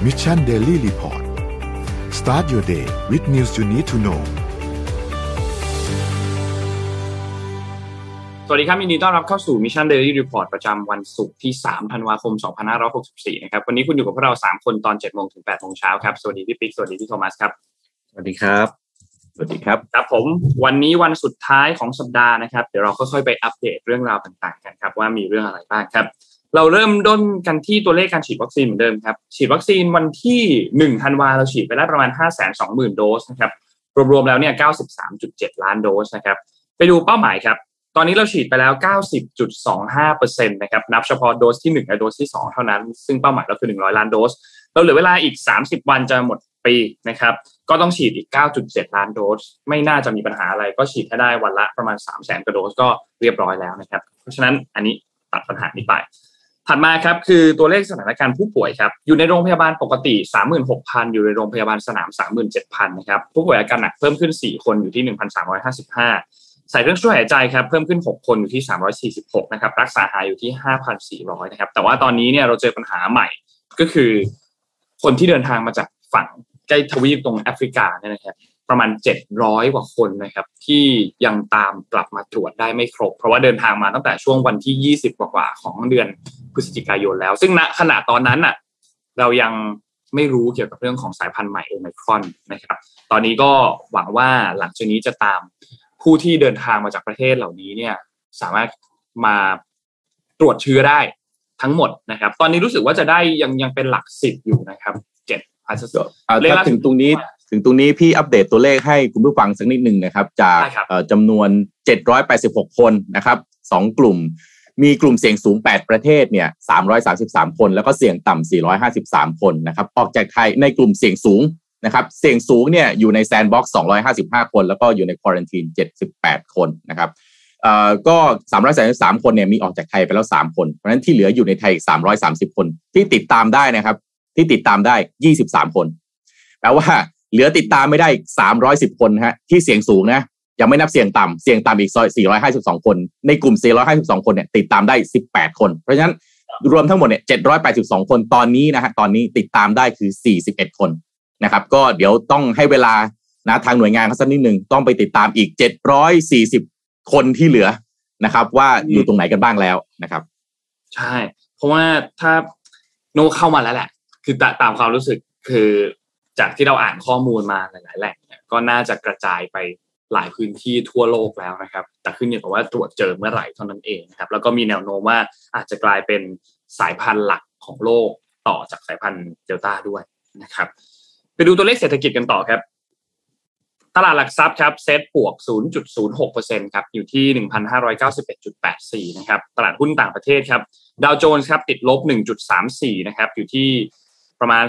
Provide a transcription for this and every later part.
Mission Daily Report Start your day with news you need to know สวัสดีครับยินดีต้อนรับเข้าสู่ Mission Daily Report ประจำวันศุกร์ที่3ธันวาคม2564นะครับวันนี้คุณอยู่กับพวกเรา3คนตอน 7:00 นถึง 8:00 นครับสวัสดีพี่ปิ๊กสวัสดีพี่โทมัสครับสวัสดีครับสวัสดีครับครับผมวันนี้วันสุดท้ายของสัปดาห์นะครับเดี๋ยวเราค่อยๆไปอัปเดตเรื่องราวต่างๆกันครับว่ามีเรื่องอะไรบ้างครับเราเริ่มต้นกันที่ตัวเลขการฉีดวัคซีนเหมือนเดิมครับฉีดวัคซีนวันที่1ธันวาคมเราฉีดไปได้ประมาณ 520,000 โดสนะครับรวมๆแล้วเนี่ย 93.7 ล้านโดสนะครับไปดูเป้าหมายครับตอนนี้เราฉีดไปแล้ว 90.25% นะครับนับเฉพาะโดสที่1และโดสที่2เท่านั้นซึ่งเป้าหมายเราคือ100ล้านโดสเราเหลือเวลาอีก30วันจะหมดปีนะครับก็ต้องฉีดอีก 9.7 ล้านโดสไม่น่าจะมีปัญหาอะไรก็ฉีดให้ได้วันละประมาณ 300,000 กว่าโดสก็เรียบร้อยแล้วนะครับเพราะฉะนั้นอันนี้ตัดปัญหานี้ไปถัดมาครับคือตัวเลขสถานการณ์ผู้ป่วยครับอยู่ในโรงพยาบาลปกติ 36,000 อยู่ในโรงพยาบาลสนาม 37,000 นะครับผู้ป่วยอาการหนักเพิ่มขึ้น4คนอยู่ที่ 1,355 ใส่เครื่องช่วยหายใจครับเพิ่มขึ้น6คนอยู่ที่346นะครับรักษาหายอยู่ที่ 5,400 นะครับแต่ว่าตอนนี้เนี่ยเราเจอปัญหาใหม่ก็คือคนที่เดินทางมาจากฝั่งใกล้ทวีปตรงแอฟริกาเนี่ยนะครับประมาณ700กว่าคนนะครับที่ยังตามกลับมาตรวจได้ไม่ครบเพราะว่าเดินทางมาตั้งแต่ช่วงวันที่20กว่าๆของเดือนพฤศจิกายนแล้วซึ่งณขณะตอนนั้นน่ะเรายังไม่รู้เกี่ยวกับเรื่องของสายพันธุ์ใหม่โอไมครอนนะครับตอนนี้ก็หวังว่าหลังจากนี้จะตามผู้ที่เดินทางมาจากประเทศเหล่านี้เนี่ยสามารถมาตรวจเชื้อได้ทั้งหมดนะครับตอนนี้รู้สึกว่าจะได้ยังเป็นหลัก10อยู่นะครับ7อาจจะถ้าถึงตรงนี้พี่อัปเดตตัวเลขให้คุณผู้ฟังสักนิดนึงนะครับจากจำนวน786คนนะครับ2กลุ่มมีกลุ่มเสี่ยงสูง8ประเทศเนี่ย333คนแล้วก็เสี่ยงต่ำ453คนนะครับออกจากไทยในกลุ่มเสี่ยงสูงนะครับเสี่ยงสูงเนี่ยอยู่ในแซนด์บ็อกซ์255คนแล้วก็อยู่ในควอรันทีน78คนนะครับก็333คนเนี่ยมีออกจากไทยไปแล้ว3คนเพราะฉะนั้นที่เหลืออยู่ในไทยอีก330คนที่ติดตามได้นะครับที่ติดตามได้23คนแปลว่าเหลือติดตามไม่ได้อีก310คนฮะที่เสี่ยงสูงนะยังไม่นับเสี่ยงต่ำอีก452คนในกลุ่ม452คนเนี่ยติดตามได้18คนเพราะฉะนั้นรวมทั้งหมดเนี่ย782คนตอนนี้นะฮะตอนนี้ติดตามได้คือ41คนนะครับก็เดี๋ยวต้องให้เวลานะทางหน่วยงานเขาสักนิดนึงต้องไปติดตามอีก740คนที่เหลือนะครับว่าอยู่ตรงไหนกันบ้างแล้วนะครับใช่เพราะว่าถ้าโนเข้ามาแล้วแหละคือตามความรู้สึกคือจากที่เราอ่านข้อมูลมาหลายๆแหล่งเนี่ยก็น่าจะกระจายไปหลายพื้นที่ทั่วโลกแล้วนะครับแต่ขึ้นอยู่กับว่าตรวจเจอเมื่อไหร่เท่านั้นเองนะครับแล้วก็มีแนวโน้มว่าอาจจะกลายเป็นสายพันธุ์หลักของโลกต่อจากสายพันธุ์เดลต้าด้วยนะครับไปดูตัวเลขเศรษฐกิจกันต่อครับตลาดหลักทรัพย์ครับเซ็ตบวก 0.06% ครับอยู่ที่ 1,591.84 นะครับตลาดหุ้นต่างประเทศครับดาวโจนส์ครับติดลบ 1.34 นะครับอยู่ที่ประมาณ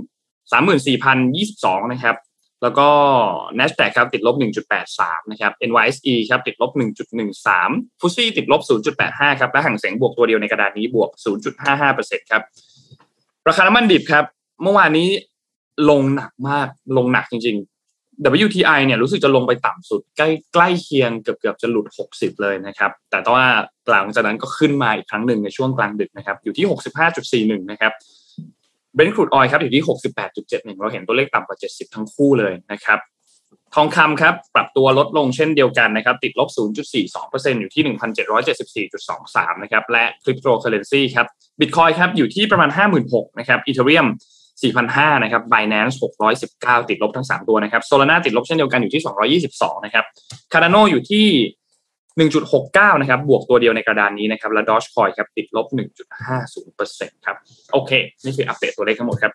34,022 นะครับแล้วก็ Nasdaq ครับติดลบ 1.83 นะครับ NYSE ครับติดลบ 1.13 FTSE ติดลบ 0.85 ครับและหั่งเส็งบวกตัวเดียวในกระดานนี้บวก 0.55% ครับราคาน้ำมันดิบครับเมื่อวานนี้ลงหนักมากลงหนักจริงๆ WTI เนี่ยรู้สึกจะลงไปต่ำสุดใกล้เคียงเกือบจะหลุด60เลยนะครับแต่ว่าหลังจากนั้นก็ขึ้นมาอีกครั้งหนึ่งในช่วงกลางดึกนะครับอยู่ที่ 65.41 นะครับBrent crude oil ครับอยู่ที่ 68.71 เราเห็นตัวเลขต่ำกว่า70ทั้งคู่เลยนะครับทองคำครับปรับตัวลดลงเช่นเดียวกันนะครับติดลบ 0.42% อยู่ที่ 1,774.23 นะครับและ cryptocurrency ครับ Bitcoin ครับอยู่ที่ประมาณ 56,000 นะครับ Ethereum 4,500 นะครับ Binance 619ติดลบทั้ง3ตัวนะครับ Solana ติดลบเช่นเดียวกันอยู่ที่222นะครับ Cardano อยู่ที่1.69 นะครับบวกตัวเดียวในกระดานนี้นะครับและ Dogecoin ครับติดลบ 1.50% ครับโอเคนี่คืออัปเดตตัวเลขทั้งหมดครับ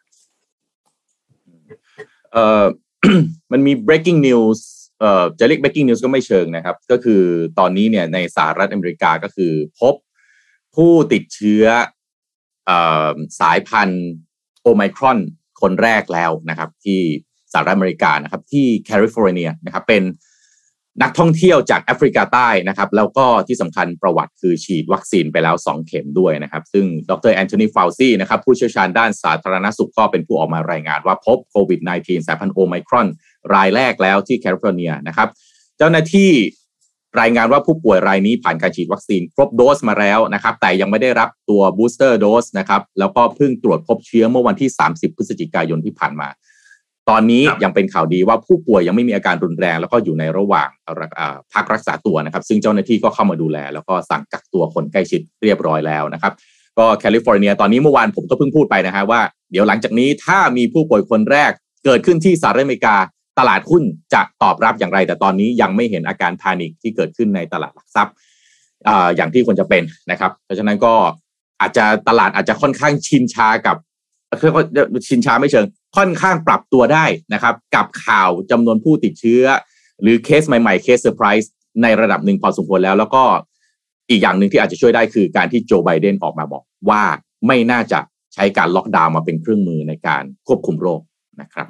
มันมี breaking news จะเรียก breaking news ก็ไม่เชิงนะครับก็คือตอนนี้เนี่ยในสหรัฐอเมริกาก็คือพบผู้ติดเชื้อสายพันธุ์โอไมครอนคนแรกแล้วนะครับที่สหรัฐอเมริกานะครับที่แคลิฟอร์เนียนะครับเป็นนักท่องเที่ยวจากแอฟริกาใต้นะครับแล้วก็ที่สำคัญประวัติคือฉีดวัคซีนไปแล้ว2เข็มด้วยนะครับซึ่งดร. แอนโทนีฟาวซีนะครับผู้เชี่ยวชาญด้านสาธารณสุขก็เป็นผู้ออกมารายงานว่าพบโควิด -19 สายพันธุ์โอไมครอนรายแรกแล้วที่แคลิฟอร์เนียนะครับเจ้าหน้าที่รายงานว่าผู้ป่วยรายนี้ผ่านการฉีดวัคซีนครบโดสมาแล้วนะครับแต่ยังไม่ได้รับตัวบูสเตอร์โดสนะครับแล้วก็เพิ่งตรวจพบเชื้อเมื่อวันที่30พฤศจิกายนที่ผ่านมาตอนนี้ยังเป็นข่าวดีว่าผู้ป่วยยังไม่มีอาการรุนแรงแล้วก็อยู่ในระหว่างพักรักษาตัวนะครับซึ่งเจ้าหน้าที่ก็เข้ามาดูแลแล้วก็สั่งกักตัวคนใกล้ชิดเรียบร้อยแล้วนะครับก็แคลิฟอร์เนียตอนนี้เมื่อวานผมก็เพิ่งพูดไปนะฮะว่าเดี๋ยวหลังจากนี้ถ้ามีผู้ป่วยคนแรกเกิดขึ้นที่สหรัฐอเมริกาตลาดหุ้นจะตอบรับอย่างไรแต่ตอนนี้ยังไม่เห็นอาการแพนิคที่เกิดขึ้นในตลาดหลักทรัพย์อย่างที่ควรจะเป็นนะครับเพราะฉะนั้นก็ตลาดอาจจะค่อนข้างชินชากับชินชาไม่เชิงค่อนข้างปรับตัวได้นะครับกับข่าวจำนวนผู้ติดเชื้อหรือเคสใหม่ๆเคสเซอร์ไพรส์ในระดับหนึ่งพอสมควรแล้วก็อีกอย่างหนึ่งที่อาจจะช่วยได้คือการที่โจไบเดนออกมาบอกว่าไม่น่าจะใช้การล็อกดาวน์มาเป็นเครื่องมือในการควบคุมโรคนะครับ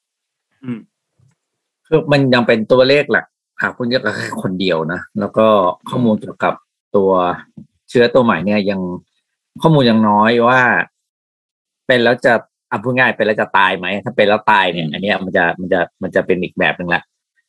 คือมันยังเป็นตัวเลขหลักคุณจะแค่คนเดียวนะแล้วก็ข้อมูลเกี่ยวกับตัวเชื้อตัวใหม่เนี่ยยังข้อมูลยังน้อยว่าเป็นแล้วจะพูดง่ายเป็นแล้วจะตายไหมถ้าเป็นแล้วตายเนี่ยอันนี้มันจะเป็นอีกแบบนึงละ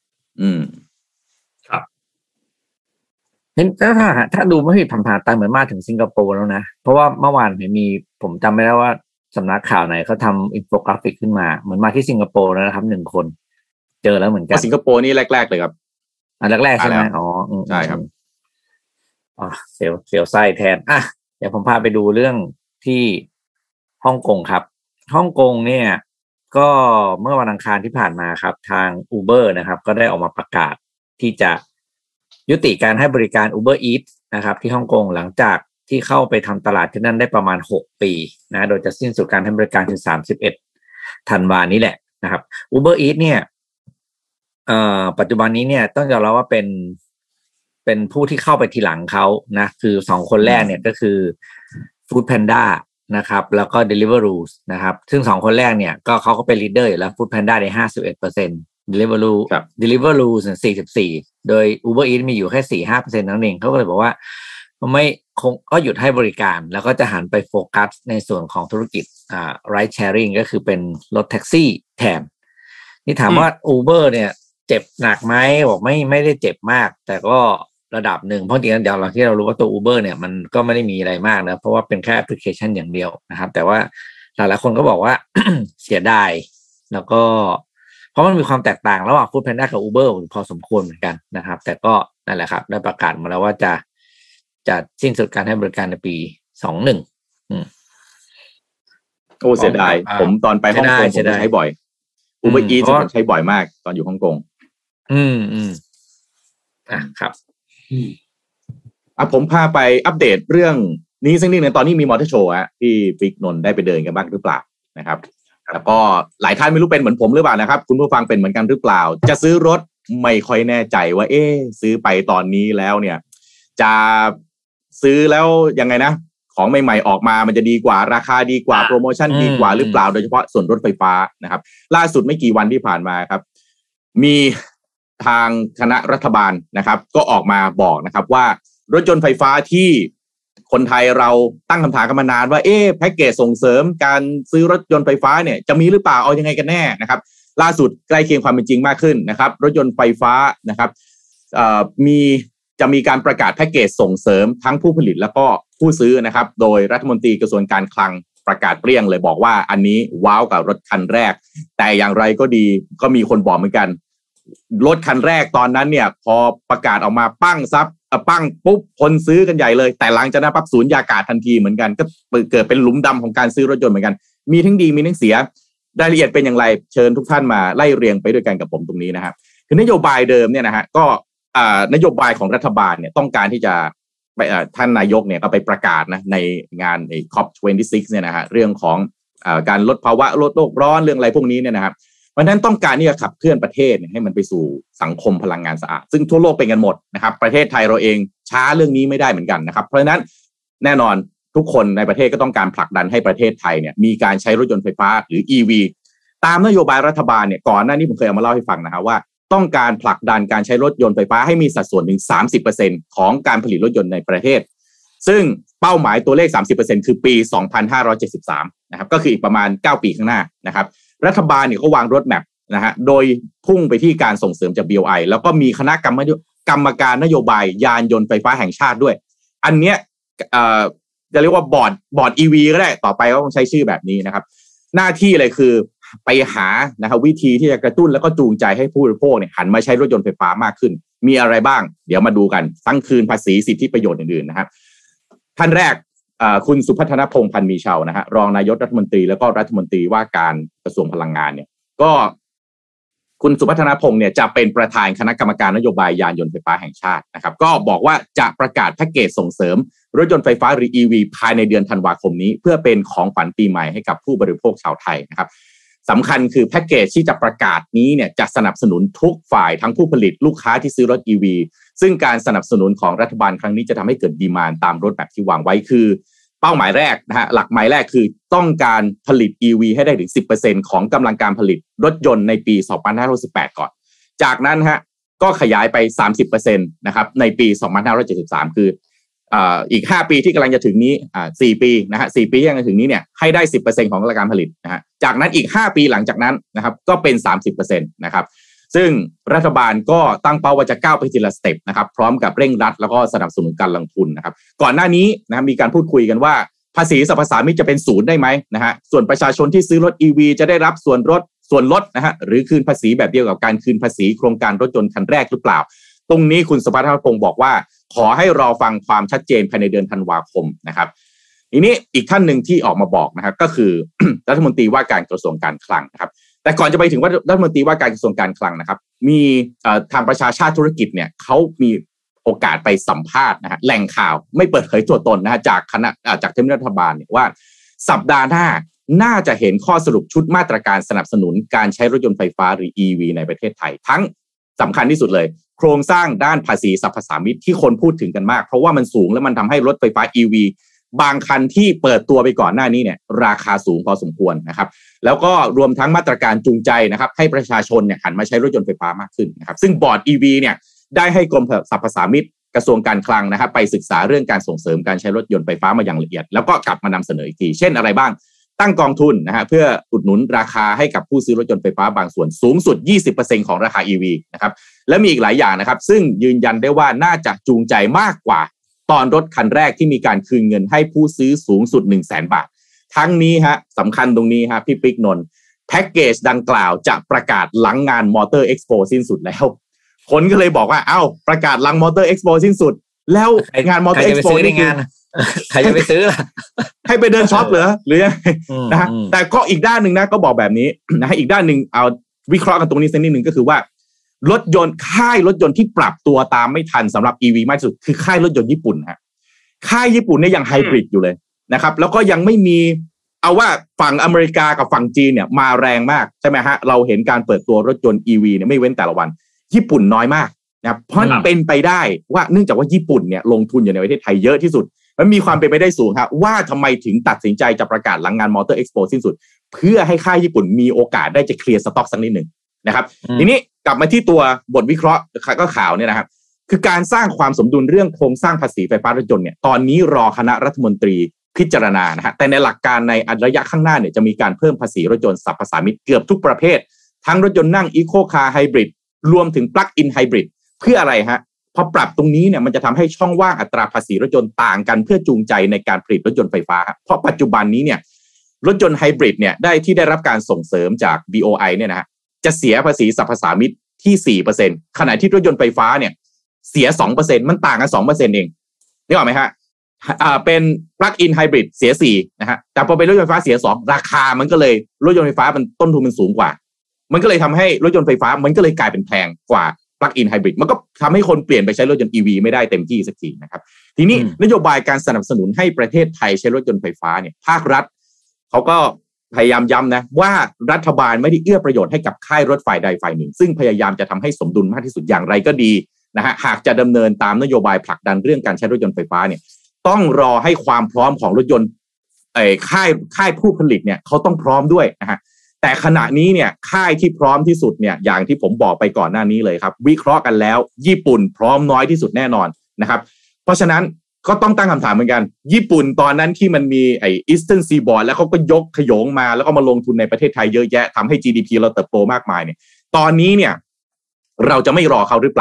ครับเห็นถ้าดูไม่ผิดผ่านๆตายเหมือนมาถึงสิงคโปร์แล้วนะเพราะว่าเมื่อวานผมจำไม่ได้ว่าสำนักข่าวไหนเขาทำอินโฟกราฟิกขึ้นมาเหมือนมาที่สิงคโปร์แล้วนะครับ1 คนเจอแล้วเหมือนกันสิงคโปร์นี่แรกๆเลยครับแรกๆใช่ไหมอ๋อใช่ครับเสียวไส้แทนเดี๋ยวผมพาไปดูเรื่องที่ฮ่องกงครับฮ่องกงเนี่ยก็เมื่อวันอังคารที่ผ่านมาครับทาง Uber นะครับก็ได้ออกมาประกาศที่จะยุติการให้บริการ Uber Eats นะครับที่ฮ่องกงหลังจากที่เข้าไปทำตลาดที่นั่นได้ประมาณ6 ปีนะโดยจะสิ้นสุดการให้บริการคือ31 ธันวาคมนี้แหละนะครับ Uber Eats เนี่ยปัจจุบันนี้เนี่ยต้องยอมรับว่าเป็นผู้ที่เข้าไปทีหลังเขานะคือ2 คนแรกเนี่ยก็คือ Food Panda นะครับแล้วก็ Deliveroo นะครับซึ่ง2 คนแรกเนี่ยก็เขาก็เป็นลีดเดอร์อยู่แล้ว Food Panda ได้ 51% Deliveroo 44%โดย Uber Eats มีอยู่แค่ 4-5% นั่นเองเขาก็เลยบอกว่าไม่คงก็หยุดให้บริการแล้วก็จะหันไปโฟกัสในส่วนของธุรกิจride sharing ก็คือเป็นรถแท็กซี่แทนนี่ถามว่า Uber เนี่ยเจ็บหนักไหมบอกไม่ได้เจ็บมากแต่ก็ระดับหนึ่งเพราะจริงๆอย่างที่เรารู้ว่าตัว Uber เนี่ยมันก็ไม่ได้มีอะไรมากนะเพราะว่าเป็นแค่แอปพลิเคชันอย่างเดียวนะครับแต่ว่าหลายๆคนก็บอกว่า เสียดายแล้วก็เพราะมันมีความแตกต่างระหว่าง Foodpanda กับ Uber พอสมควรเหมือนกันนะครับแต่ก็นั่นแหละครับได้ประกาศมาแล้วว่าจะสิ้นสุดการให้บริการในปี21 โอ้เสียดายผมตอนไปฮ่องกงผมใช้บ่อย Uber Eats ผมใช้บ่อยมากตอนอยู่ฮ่องกงครับผมพาไปอัปเดตเรื่องนี้สักนิดนึงตอนนี้มีมอเตอร์โชว์ที่ฟิกนนท์ได้ไปเดินกันบ้างหรือเปล่านะครับแล้วก็หลายท่านไม่รู้เป็นเหมือนผมหรือเปล่านะครับคุณผู้ฟังเป็นเหมือนกันหรือเปล่าจะซื้อรถไม่ค่อยแน่ใจว่าซื้อไปตอนนี้แล้วเนี่ยจะซื้อแล้วยังไงนะของใหม่ๆออกมามันจะดีกว่าราคาดีกว่าโปรโมชั่นดีกว่าหรือเปล่าโดยเฉพาะส่วนรถไฟฟ้านะครับล่าสุดไม่กี่วันที่ผ่านมาครับมีทางคณะรัฐบาลนะครับก็ออกมาบอกนะครับว่ารถยนต์ไฟฟ้าที่คนไทยเราตั้งคำถามกันมานานว่าแพ็กเกจส่งเสริมการซื้อรถยนต์ไฟฟ้าเนี่ยจะมีหรือเปล่าเอายังไงกันแน่นะครับล่าสุดใกล้เคียงความเป็นจริงมากขึ้นนะครับรถยนต์ไฟฟ้านะครับจะมีการประกาศแพ็กเกจส่งเสริมทั้งผู้ผลิตแล้วก็ผู้ซื้อนะครับโดยรัฐมนตรีกระทรวงการคลังประกาศเปรี้ยงเลยบอกว่าอันนี้ว้าวกับรถคันแรกแต่อย่างไรก็ดีก็มีคนบอกเหมือนกันรถคันแรกตอนนั้นเนี่ยพอประกาศออกมาปั้งปุ๊บคนซื้อกันใหญ่เลยแต่หลังจากนั้นปั๊บสูญญากาศทันทีเหมือนกันก็เกิดเป็นหลุมดำของการซื้อรถยนต์เหมือนกันมีทั้งดีมีทั้งเสียรายละเอียดเป็นอย่างไรเชิญทุกท่านมาไล่เรียงไปด้วยกันกับผมตรงนี้นะครับคือนโยบายเดิมเนี่ยนะฮะก็นโยบายของรัฐบาลเนี่ยต้องการที่จะท่านนายกเนี่ยก็ไปประกาศนะในงานCOP26 เนี่ยนะฮะเรื่องของการลดภาวะลดโลกร้อนเรื่องอะไรพวกนี้เนี่ยนะครับเพราะฉะนั้นต้องการที่จะขับเคลื่อนประเทศให้มันไปสู่สังคมพลังงานสะอาดซึ่งทั่วโลกเป็นกันหมดนะครับประเทศไทยเราเองช้าเรื่องนี้ไม่ได้เหมือนกันนะครับเพราะฉะนั้นแน่นอนทุกคนในประเทศก็ต้องการผลักดันให้ประเทศไทยเนี่ยมีการใช้รถยนต์ไฟฟ้าหรือ EV ตามนโยบายรัฐบาลเนี่ยก่อนหน้านี้ผมเคยเอามาเล่าให้ฟังนะครับว่าต้องการผลักดันการใช้รถยนต์ไฟฟ้าให้มีสัดส่วนถึง 30% ของการผลิตรถยนต์ในประเทศซึ่งเป้าหมายตัวเลข 30% คือปี 2573 นะครับก็คืออีกประมาณ9 ปีข้างหน้านะครับรัฐบาลเนี่ยก็วางรถแมพนะฮะโดยพุ่งไปที่การส่งเสริมจาก BOI แล้วก็มีคณะกรรมการนโยบายยานยนต์ไฟฟ้าแห่งชาติด้วยอันเนี้ยจะเรียกว่าบอร์ด EV ก็ได้ต่อไปก็ต้องใช้ชื่อแบบนี้นะครับหน้าที่เลยคือไปหานะครับวิธีที่จะกระตุ้นแล้วก็จูงใจให้ผู้บริโภคเนี่ยหันมาใช้รถยนต์ไฟฟ้ามากขึ้นมีอะไรบ้างเดี๋ยวมาดูกันทั้งคืนภาษีสิทธิประโยชน์อื่นๆนะครับท่านแรกคุณสุพัฒนพงษ์พันธ์มีเชานะฮะรองนายกรัฐมนตรีแล้วก็รัฐมนตรีว่าการกระทรวงพลังงานเนี่ยก็คุณสุพัฒนพงษ์เนี่ยจะเป็นประธานคณะกรรมการนโยบายยานยนต์ไฟฟ้าแห่งชาตินะครับก็บอกว่าจะประกาศแพ็กเกจส่งเสริมรถยนต์ไฟฟ้าหรือ EV ภายในเดือนธันวาคมนี้เพื่อเป็นของขวัญปีใหม่ให้กับผู้บริโภคชาวไทยนะครับสำคัญคือแพ็กเกจที่จะประกาศนี้เนี่ยจะสนับสนุนทุกฝ่ายทั้งผู้ผลิตลูกค้าที่ซื้อรถ EV ซึ่งการสนับสนุนของรัฐบาลครั้งนี้จะทำให้เกิดดีมานด์ตามรถแบบที่วางไว้คือเป้าหมายแรกนะฮะหลักหมายแรกคือต้องการผลิต EV ให้ได้ถึง 10% ของกำลังการผลิตรถยนต์ในปี 2568 ก่อนจากนั้นฮะก็ขยายไป 30% นะครับในปี 2573 คืออีก5ปีที่กำลังจะถึงนี้4ปีนะฮะ4ปีที่กำลังจะถึงนี้เนี่ยให้ได้ 10% ของกำลังการผลิตนะฮะจากนั้นอีก5ปีหลังจากนั้นนะครับก็เป็น 30% นะครับซึ่งรัฐบาลก็ตั้งเป้าว่าจะก้าวไปทีละสเต็ปนะครับพร้อมกับเร่งรัดแล้วก็สนับสนุนการลงทุนนะครับก่อนหน้านี้นะมีการพูดคุยกันว่าภาษีสรรพสามิตจะเป็นศูนย์ได้ไหมนะฮะส่วนประชาชนที่ซื้อรถ EV จะได้รับส่วนลดนะฮะหรือคืนภาษีแบบเดียวกับการคืนภาษีโครงการรถยนต์คันแรกหรือเปล่าตรงนี้คุณสุพัฒนพงษ์บอกว่าขอให้รอฟังความชัดเจนภายในเดือนธันวาคมนะครับทีนี้อีกท่านหนึ่งที่ออกมาบอกนะครับก็คือ รัฐมนตรีว่าการกระทรวงการคลังนะครับแต่ก่อนจะไปถึงว่ารัฐมนตรีว่าการกระทรวงการคลังนะครับมีทางประชาชาติธุรกิจเนี่ยเขามีโอกาสไปสัมภาษณ์นะฮะแหล่งข่าวไม่เปิดเผยตัวตนนะฮะจากคณะจากทำเนียบรัฐบาลเนี่ยว่าสัปดาห์หน้าน่าจะเห็นข้อสรุปชุดมาตรการสนับสนุนการใช้รถยนต์ไฟฟ้าหรือ EV ในประเทศไทยทั้งสำคัญที่สุดเลยโครงสร้างด้านภาษีสรรพสามิตที่คนพูดถึงกันมากเพราะว่ามันสูงและมันทำให้รถไฟฟ้า EV บางคันที่เปิดตัวไปก่อนหน้านี้เนี่ยราคาสูงพอสมควรนะครับแล้วก็รวมทั้งมาตรการจูงใจนะครับให้ประชาชนเนี่ยหันมาใช้รถยนต์ไฟฟ้ามากขึ้นนะครับซึ่งบอร์ด EV เนี่ยได้ให้กรมสรรพสามิตกระทรวงการคลังนะครับไปศึกษาเรื่องการส่งเสริมการใช้รถยนต์ไฟฟ้ามาอย่างละเอียดแล้วก็กลับมานำเสนออีกทีเช่นอะไรบ้างตั้งกองทุนนะฮะเพื่ออุดหนุนราคาให้กับผู้ซื้อรถยนต์ไฟฟ้าบางส่วนสูงสุด 20% ของราคา EV นะครับและมีอีกหลายอย่างนะครับซึ่งยืนยันได้ว่าน่าจะจูงใจมากกว่าตอนรถคันแรกที่มีการคืนเงินให้ผู้ซื้อสูงสุด 100,000 บาททั้งนี้ฮะสำคัญตรงนี้ฮะพี่ปิ๊กนนท์แพ็กเกจดังกล่าวจะประกาศหลังงานมอเตอร์เอ็กซ์โปสิ้นสุดแล้วคนก็เลยบอกว่าเอ้าประกาศหลังมอเตอร์เอ็กซ์โปสิ้นสุดแล้วงานมอเตอร์เอ็กซ์โปนี่งานใครจะไปซื้อล่ะให้ไปเดินช็อปเหรอหรือยังนะฮะแต่ก็อีกด้านหนึ่งนะก็บอกแบบนี้นะฮะอีกด้านหนึ่งเอาวิเคราะห์กันตรงนี้สักนิดหนึ่งก็คือว่ารถยนต์ค่ายรถยนต์ที่ปรับตัวตามไม่ทันสำหรับ EV มากที่สุดคือค่ายรถยนต์ญี่ปุ่นฮะค่ายญี่ปุ่นเนี่ยยังไฮบริดอยู่เลยนะครับแล้วก็ยังไม่มีเอาว่าฝั่งอเมริกากับฝั่งจีนเนี่ยมาแรงมากใช่ไหมฮะเราเห็นการเปิดตัวรถยนต์ EV เนี่ยไม่เว้นแต่ละวันญี่ปุ่นน้อยมากนะเพราะเป็นไปได้ว่าเนื่องจากว่าญี่ปุ่นเนี่ยลงทุนอยู่ในประเทศไทยเยอะที่สุดมันมีความเป็นไปได้สูงครับว่าทำไมถึงตัดสินใจจะประกาศหลังงานมอเตอร์เอ็กซ์โปสิ้นสุดเพื่อให้ค่ายญี่ปุ่นมีโอกาสได้จะเคลียร์สต็อกสักนิดหนึ่งนะครับทีนี้กลับมาที่ตัวบทวิเคราะห์ก็ข่าวเนี่ยนะครับคือการสร้างความสมดุลเรื่องโครงสร้างภาษีไฟฟ้ารถยนต์เนี่ยตอนนี้รอคณะรัฐมนตรีพิจารณานะฮะแต่ในหลักการในระยะข้างหน้าเนี่ยจะมีการเพิ่มภาษีรถยนต์สรรพสามิตเกือบทุกประเภททั้งรถยนต์นั่งอีโคคาร์ไฮบริดรวมถึงปลั๊กอินไฮบริดเพื่ออะไรฮะพอปรับตรงนี้เนี่ยมันจะทำให้ช่องว่างอัตราภาษีรถยนต์ต่างกันเพื่อจูงใจในการผลิตรถยนต์ไฟฟ้าเพราะปัจจุบันนี้เนี่ยรถยนต์ไฮบริดเนี่ยได้รับการส่งเสริมจาก BOI เนี่ยนะฮะจะเสียภาษีสรรพสามิตที่ 4% ขณะที่รถยนต์ไฟฟ้าเนี่ยเสีย 2% มันต่างกัน 2% เองนึกออกไหมฮะเป็นปลั๊กอินไฮบริดเสีย4นะฮะแต่พอเป็นรถยนต์ไฟฟ้าเสีย2ราคามันก็เลยรถยนต์ไฟฟ้ามันต้นทุนมันสูงกว่ามันก็เลยทำให้รถยนต์ไฟฟ้ามันก็เลยกลายเป็นแพงกว่าปลั๊กอินไฮบริดมันก็ทำให้คนเปลี่ยนไปใช้รถยนต์ EV ไม่ได้เต็มที่สักทีนะครับทีนี้นโยบายการสนับสนุนให้ประเทศไทยใช้รถยนต์ไฟฟ้าเนี่ยภาครัฐเขาก็พยายามย้ำนะว่ารัฐบาลไม่ได้เอื้อประโยชน์ให้กับค่ายรถฝ่ายใดฝ่ายหนึ่งซึ่งพยายามจะทำให้สมดุลมากที่สุดอย่างไรก็ดีนะฮะหากจะดำเนินตามนโยบายผลักดันเรื่องการใช้รถยนต์ไฟฟ้าเนี่ยต้องรอให้ความพร้อมของรถยนต์ค่ายผู้ผลิตเนี่ยเขาต้องพร้อมด้วยนะฮะแต่ขณะนี้เนี่ยค่ายที่พร้อมที่สุดเนี่ยอย่างที่ผมบอกไปก่อนหน้านี้เลยครับวิเคราะห์กันแล้วญี่ปุ่นพร้อมน้อยที่สุดแน่นอนนะครับเพราะฉะนั้นก็ต้องตั้งคำถามเหมือนกันญี่ปุ่นตอนนั้นที่มันมีEastern Seaboard แล้วเขาก็ยกขยงมาแล้วก็มาลงทุนในประเทศไทยเยอะแยะทำให้ GDP เราเติบโตมากมายเนี่ยตอนนี้เนี่ยเราจะไม่รอเขาหรือเปล่า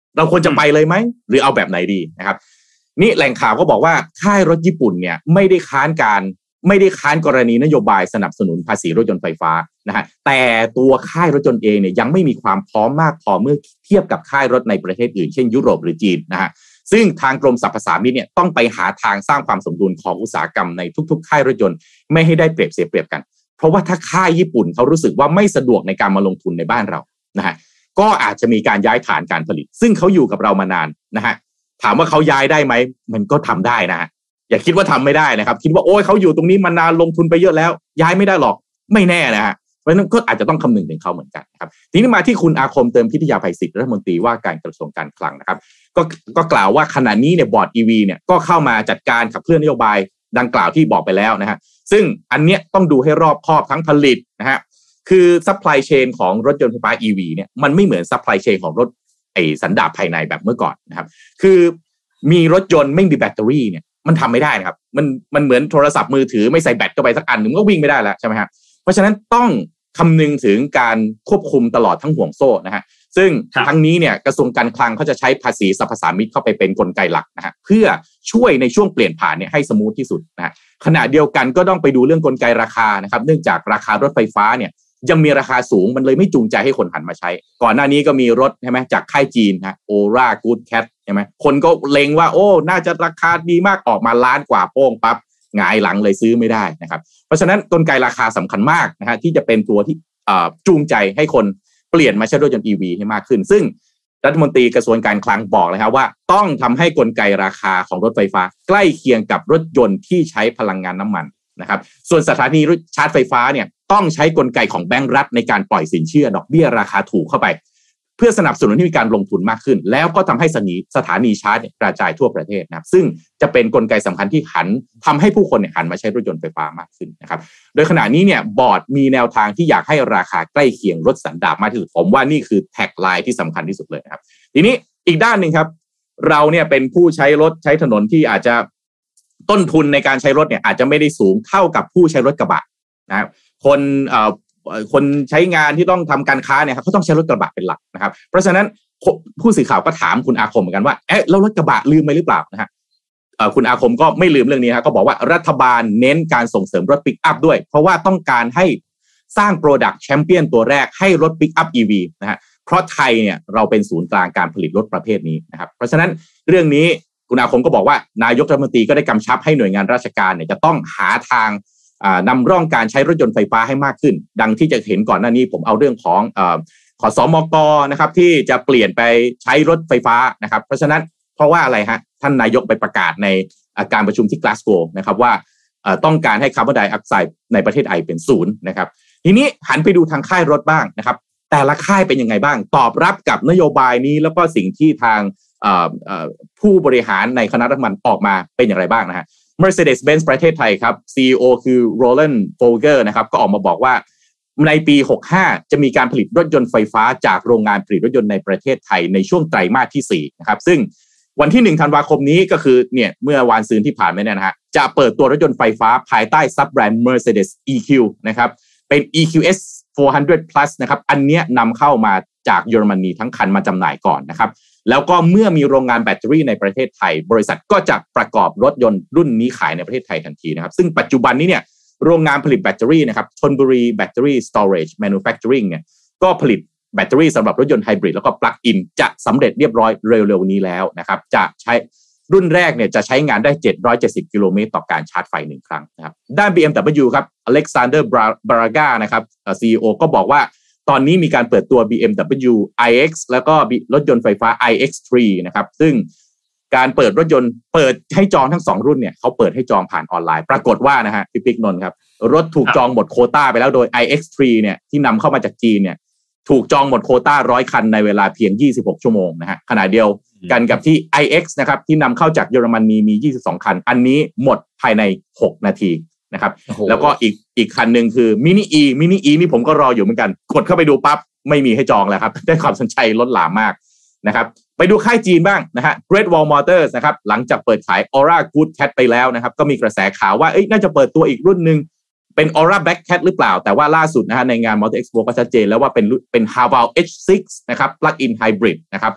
เราควรจะไปเลยไหมหรือเอาแบบไหนดีนะครับนี่แหล่งข่าวก็บอกว่าค่ายรถญี่ปุ่นเนี่ยไม่ได้ค้านกรณีนโยบายสนับสนุนภาษีรถยนต์ไฟฟ้านะฮะแต่ตัวค่ายรถยนต์เองเนี่ยยังไม่มีความพร้อมมากพอเมื่อเทียบกับค่ายรถในประเทศอื่นเช่นยุโรปหรือจีนนะฮะซึ่งทางกรมสรรพสามิตเนี่ยต้องไปหาทางสร้างความสมดุลของอุตสาหกรรมในทุกๆค่ายรถยนต์ไม่ให้ได้เปรียบเสียเปรียบกันเพราะว่าถ้าค่ายญี่ปุ่นเขารู้สึกว่าไม่สะดวกในการมาลงทุนในบ้านเรานะฮะก็อาจจะมีการย้ายฐานการผลิตซึ่งเขาอยู่กับเรามานานนะฮะถามว่าเขาย้ายได้ไหมมันก็ทำได้นะฮะอย่าคิดว่าทำไม่ได้นะครับคิดว่าโอ้ยเขาอยู่ตรงนี้มานานลงทุนไปเยอะแล้วย้ายไม่ได้หรอกไม่แน่นะฮะเพราะฉะนั้นก็อาจจะต้องคำนึงถึงเขาเหมือนกันครับทีนี้มาที่คุณอาคมเติมพิทยาภัยศิษย์รัฐมนตรีว่าการกระทรวงการคลังนะครับก็กล่าวว่าขณะนี้เนี่ยบอร์ด EV เนี่ยก็เข้ามาจัดการขับเคลื่อนนโยบายดังกล่าวที่บอกไปแล้วนะฮะซึ่งอันเนี้ยต้องดูให้รอบคอบทั้งผลิตนะฮะคือซัพพลายเชนของรถยนต์ไฟฟ้า EV เนี่ยมันไม่เหมือนซัพพลายเชนของรถสันดาปภายในแบบเมื่อก่อนนะครับคือมีรถยนต์ไม่มีแบตเตอรี่เนี่ยมันทำไม่ได้นะครับมันเหมือนโทรศัพท์มือถือไม่ใส่แบตเข้าไปสักอันหนึ่งก็วิ่งไม่ได้แล้วใช่ไหมครับเพราะฉะนั้นต้องคำนึงถึงการควบคุมตลอดทั้งห่วงโซ่นะฮะซึ่งทั้งนี้เนี่ยกระทรวงการคลังเขาจะใช้ภาษีสรรพสามิตเข้าไปเป็นกลไกหลักนะฮะเพื่อช่วยในช่วงเปลี่ยนผ่านเนี่ยให้สมูทที่สุดนะฮะขณะเดียวกันก็ต้องไปดูเรื่องกลไกราคานะครับเนื่องจากราคารถไฟฟ้าเนี่ยยังมีราคาสูงมันเลยไม่จูงใจให้คนหันมาใช้ก่อนหน้านี้ก็มีรถใช่ไหมจากค่ายจีนฮะโอรากูดแคทใช่ไหมคนก็เล็งว่าโอ้น่าจะราคาดีมากออกมาล้านกว่าโป้งปั๊บหงายหลังเลยซื้อไม่ได้นะครับเพราะฉะนั้นกลไกราคาสำคัญมากนะฮะที่จะเป็นตัวที่จูงใจให้คนเปลี่ยนมาใช้รถยนต์ EV ให้มากขึ้นซึ่งรัฐมนตรีกระทรวงการคลังบอกเลยครับว่าต้องทำให้กลไกราคาของรถไฟฟ้าใกล้เคียงกับรถยนต์ที่ใช้พลังงานน้ำมันนะครับส่วนสถานีชาร์จไฟฟ้าเนี่ยต้องใช้กลไกของแบงก์รัฐในการปล่อยสินเชื่อดอกเบี้ยราคาถูกเข้าไปเพื่อสนับสนุนให้มีการลงทุนมากขึ้นแล้วก็ทำให้สถานีชาร์จกระจายทั่วประเทศนะครับซึ่งจะเป็นกลไกสำคัญที่ทำให้ผู้คนหันมาใช้รถยนต์ไฟฟ้ามากขึ้นนะครับโดยขณะนี้เนี่ยบอร์ดมีแนวทางที่อยากให้ราคาใกล้เคียงรถสันดาปมากที่สุดผมว่านี่คือแท็กไลน์ที่สำคัญที่สุดเลยนะครับทีนี้อีกด้านนึงครับเราเนี่ยเป็นผู้ใช้รถใช้ถนนที่อาจจะต้นทุนในการใช้รถเนี่ยอาจจะไม่ได้สูงเท่ากับผู้ใช้รถกระบะนะครับคนใช้งานที่ต้องทำการค้าเนี่ยครับเขาต้องใช้รถกระบะเป็นหลักนะครับเพราะฉะนั้นผู้สื่อข่าวก็ถามคุณอาคมเหมือนกันว่าแล้วรถกระบะลืมไปหรือเปล่านะฮะคุณอาคมก็ไม่ลืมเรื่องนี้ครับก็บอกว่ารัฐบาลเน้นการส่งเสริมรถปิกอัพด้วยเพราะว่าต้องการให้สร้าง Product Champion ตัวแรกให้รถปิกอัพ EV นะฮะเพราะไทยเนี่ยเราเป็นศูนย์กลางการผลิตรถประเภทนี้นะครับเพราะฉะนั้นเรื่องนี้คุณอาคมก็บอกว่านายกรัฐมนตรีก็ได้กำชับให้หน่วยงานราชการเนี่ยจะต้องหาทางนำร่องการใช้รถยนต์ไฟฟ้าให้มากขึ้นดังที่จะเห็นก่อนหน้านี้ผมเอาเรื่องของขสมก.นะครับที่จะเปลี่ยนไปใช้รถไฟฟ้านะครับเพราะฉะนั้นเพราะว่าอะไรฮะท่านนายกไปประกาศในการประชุมที่กลาสโกว์นะครับว่าต้องการให้คาร์บอนไดออกไซด์ในประเทศไทยเป็น0นะครับทีนี้หันไปดูทางค่ายรถบ้างนะครับแต่ละค่ายเป็นยังไงบ้างตอบรับกับนโยบายนี้แล้วก็สิ่งที่ทางผู้บริหารในคณะรัฐมนตรีออกมาเป็นอย่างไรบ้างนะฮะMercedes-Benz ประเทศไทยครับ CEO คือ Roland Folger นะครับก็ออกมาบอกว่าในปี65จะมีการผลิตรถยนต์ไฟฟ้าจากโรงงานผลิตรถยนต์ในประเทศไทยในช่วงไตรมาสที่4นะครับซึ่งวันที่1ธันวาคมนี้ก็คือเนี่ยเมื่อวันซืนที่ผ่านมาเนี่ยนะฮะจะเปิดตัวรถยนต์ไฟฟ้าภายใต้ซับแบรนด์ Mercedes EQ นะครับเป็น EQS 400 Plus นะครับอันเนี้ยนำเข้ามาจากเยอรมนีทั้งคันมาจำหน่ายก่อนนะครับแล้วก็เมื่อมีโรงงานแบตเตอรี่ในประเทศไทยบริษัทก็จะประกอบรถยนต์รุ่นนี้ขายในประเทศไทยทันทีนะครับซึ่งปัจจุบันนี้เนี่ยโรงงานผลิตแบตเตอรี่นะครับชลบุรีแบตเตอรี่สโตรจแมนูแฟคเจอริงเนี่ยก็ผลิตแบตเตอรี่สำหรับรถยนต์ไฮบริดแล้วก็ปลั๊กอินจะสำเร็จเรียบร้อยเร็วๆนี้แล้วนะครับจะใช้รุ่นแรกเนี่ยจะใช้งานได้770กิโลเมตรต่อการชาร์จไฟ1ครั้งนะครับด้าน BMW ครับอเล็กซานเดอร์บราก้านะครับCEO ก็บอกว่าตอนนี้มีการเปิดตัว BMW iX แล้วก็รถยนต์ไฟฟ้า iX3 นะครับซึ่งการเปิดรถยนต์เปิดให้จองทั้ง2รุ่นเนี่ยเขาเปิดให้จองผ่านออนไลน์ปรากฏว่านะฮะพี่ปิ๊กนนท์ครับรถถูกจองหมดโควต้าไปแล้วโดย iX3 เนี่ยที่นำเข้ามาจากจีนเนี่ยถูกจองหมดโควต้า100คันในเวลาเพียง26ชั่วโมงนะฮะขณะเดียวกันกับที่ iX นะครับที่นำเข้าจากเยอรมนีมี22คันอันนี้หมดภายใน6นาทีนะครับแล้วก็อีกคันหนึ่งคือมินิอีนี่ผมก็รออยู่เหมือนกันกดเข้าไปดูปั๊บไม่มีให้จองแล้วครับได้ความสนใจล้นหลามมากนะครับไปดูค่ายจีนบ้างนะฮะ Great Wall Motors นะครับหลังจากเปิดขาย Aura Good Cat ไปแล้วนะครับก็มีกระแสข่าวว่าน่าจะเปิดตัวอีกรุ่นนึงเป็น Aura Black Cat หรือเปล่าแต่ว่าล่าสุดนะฮะในงาน Motor Expo ก็ชัดเจนแล้วว่าเป็น Haval H6 นะครับ Plug-in Hybrid นะครับ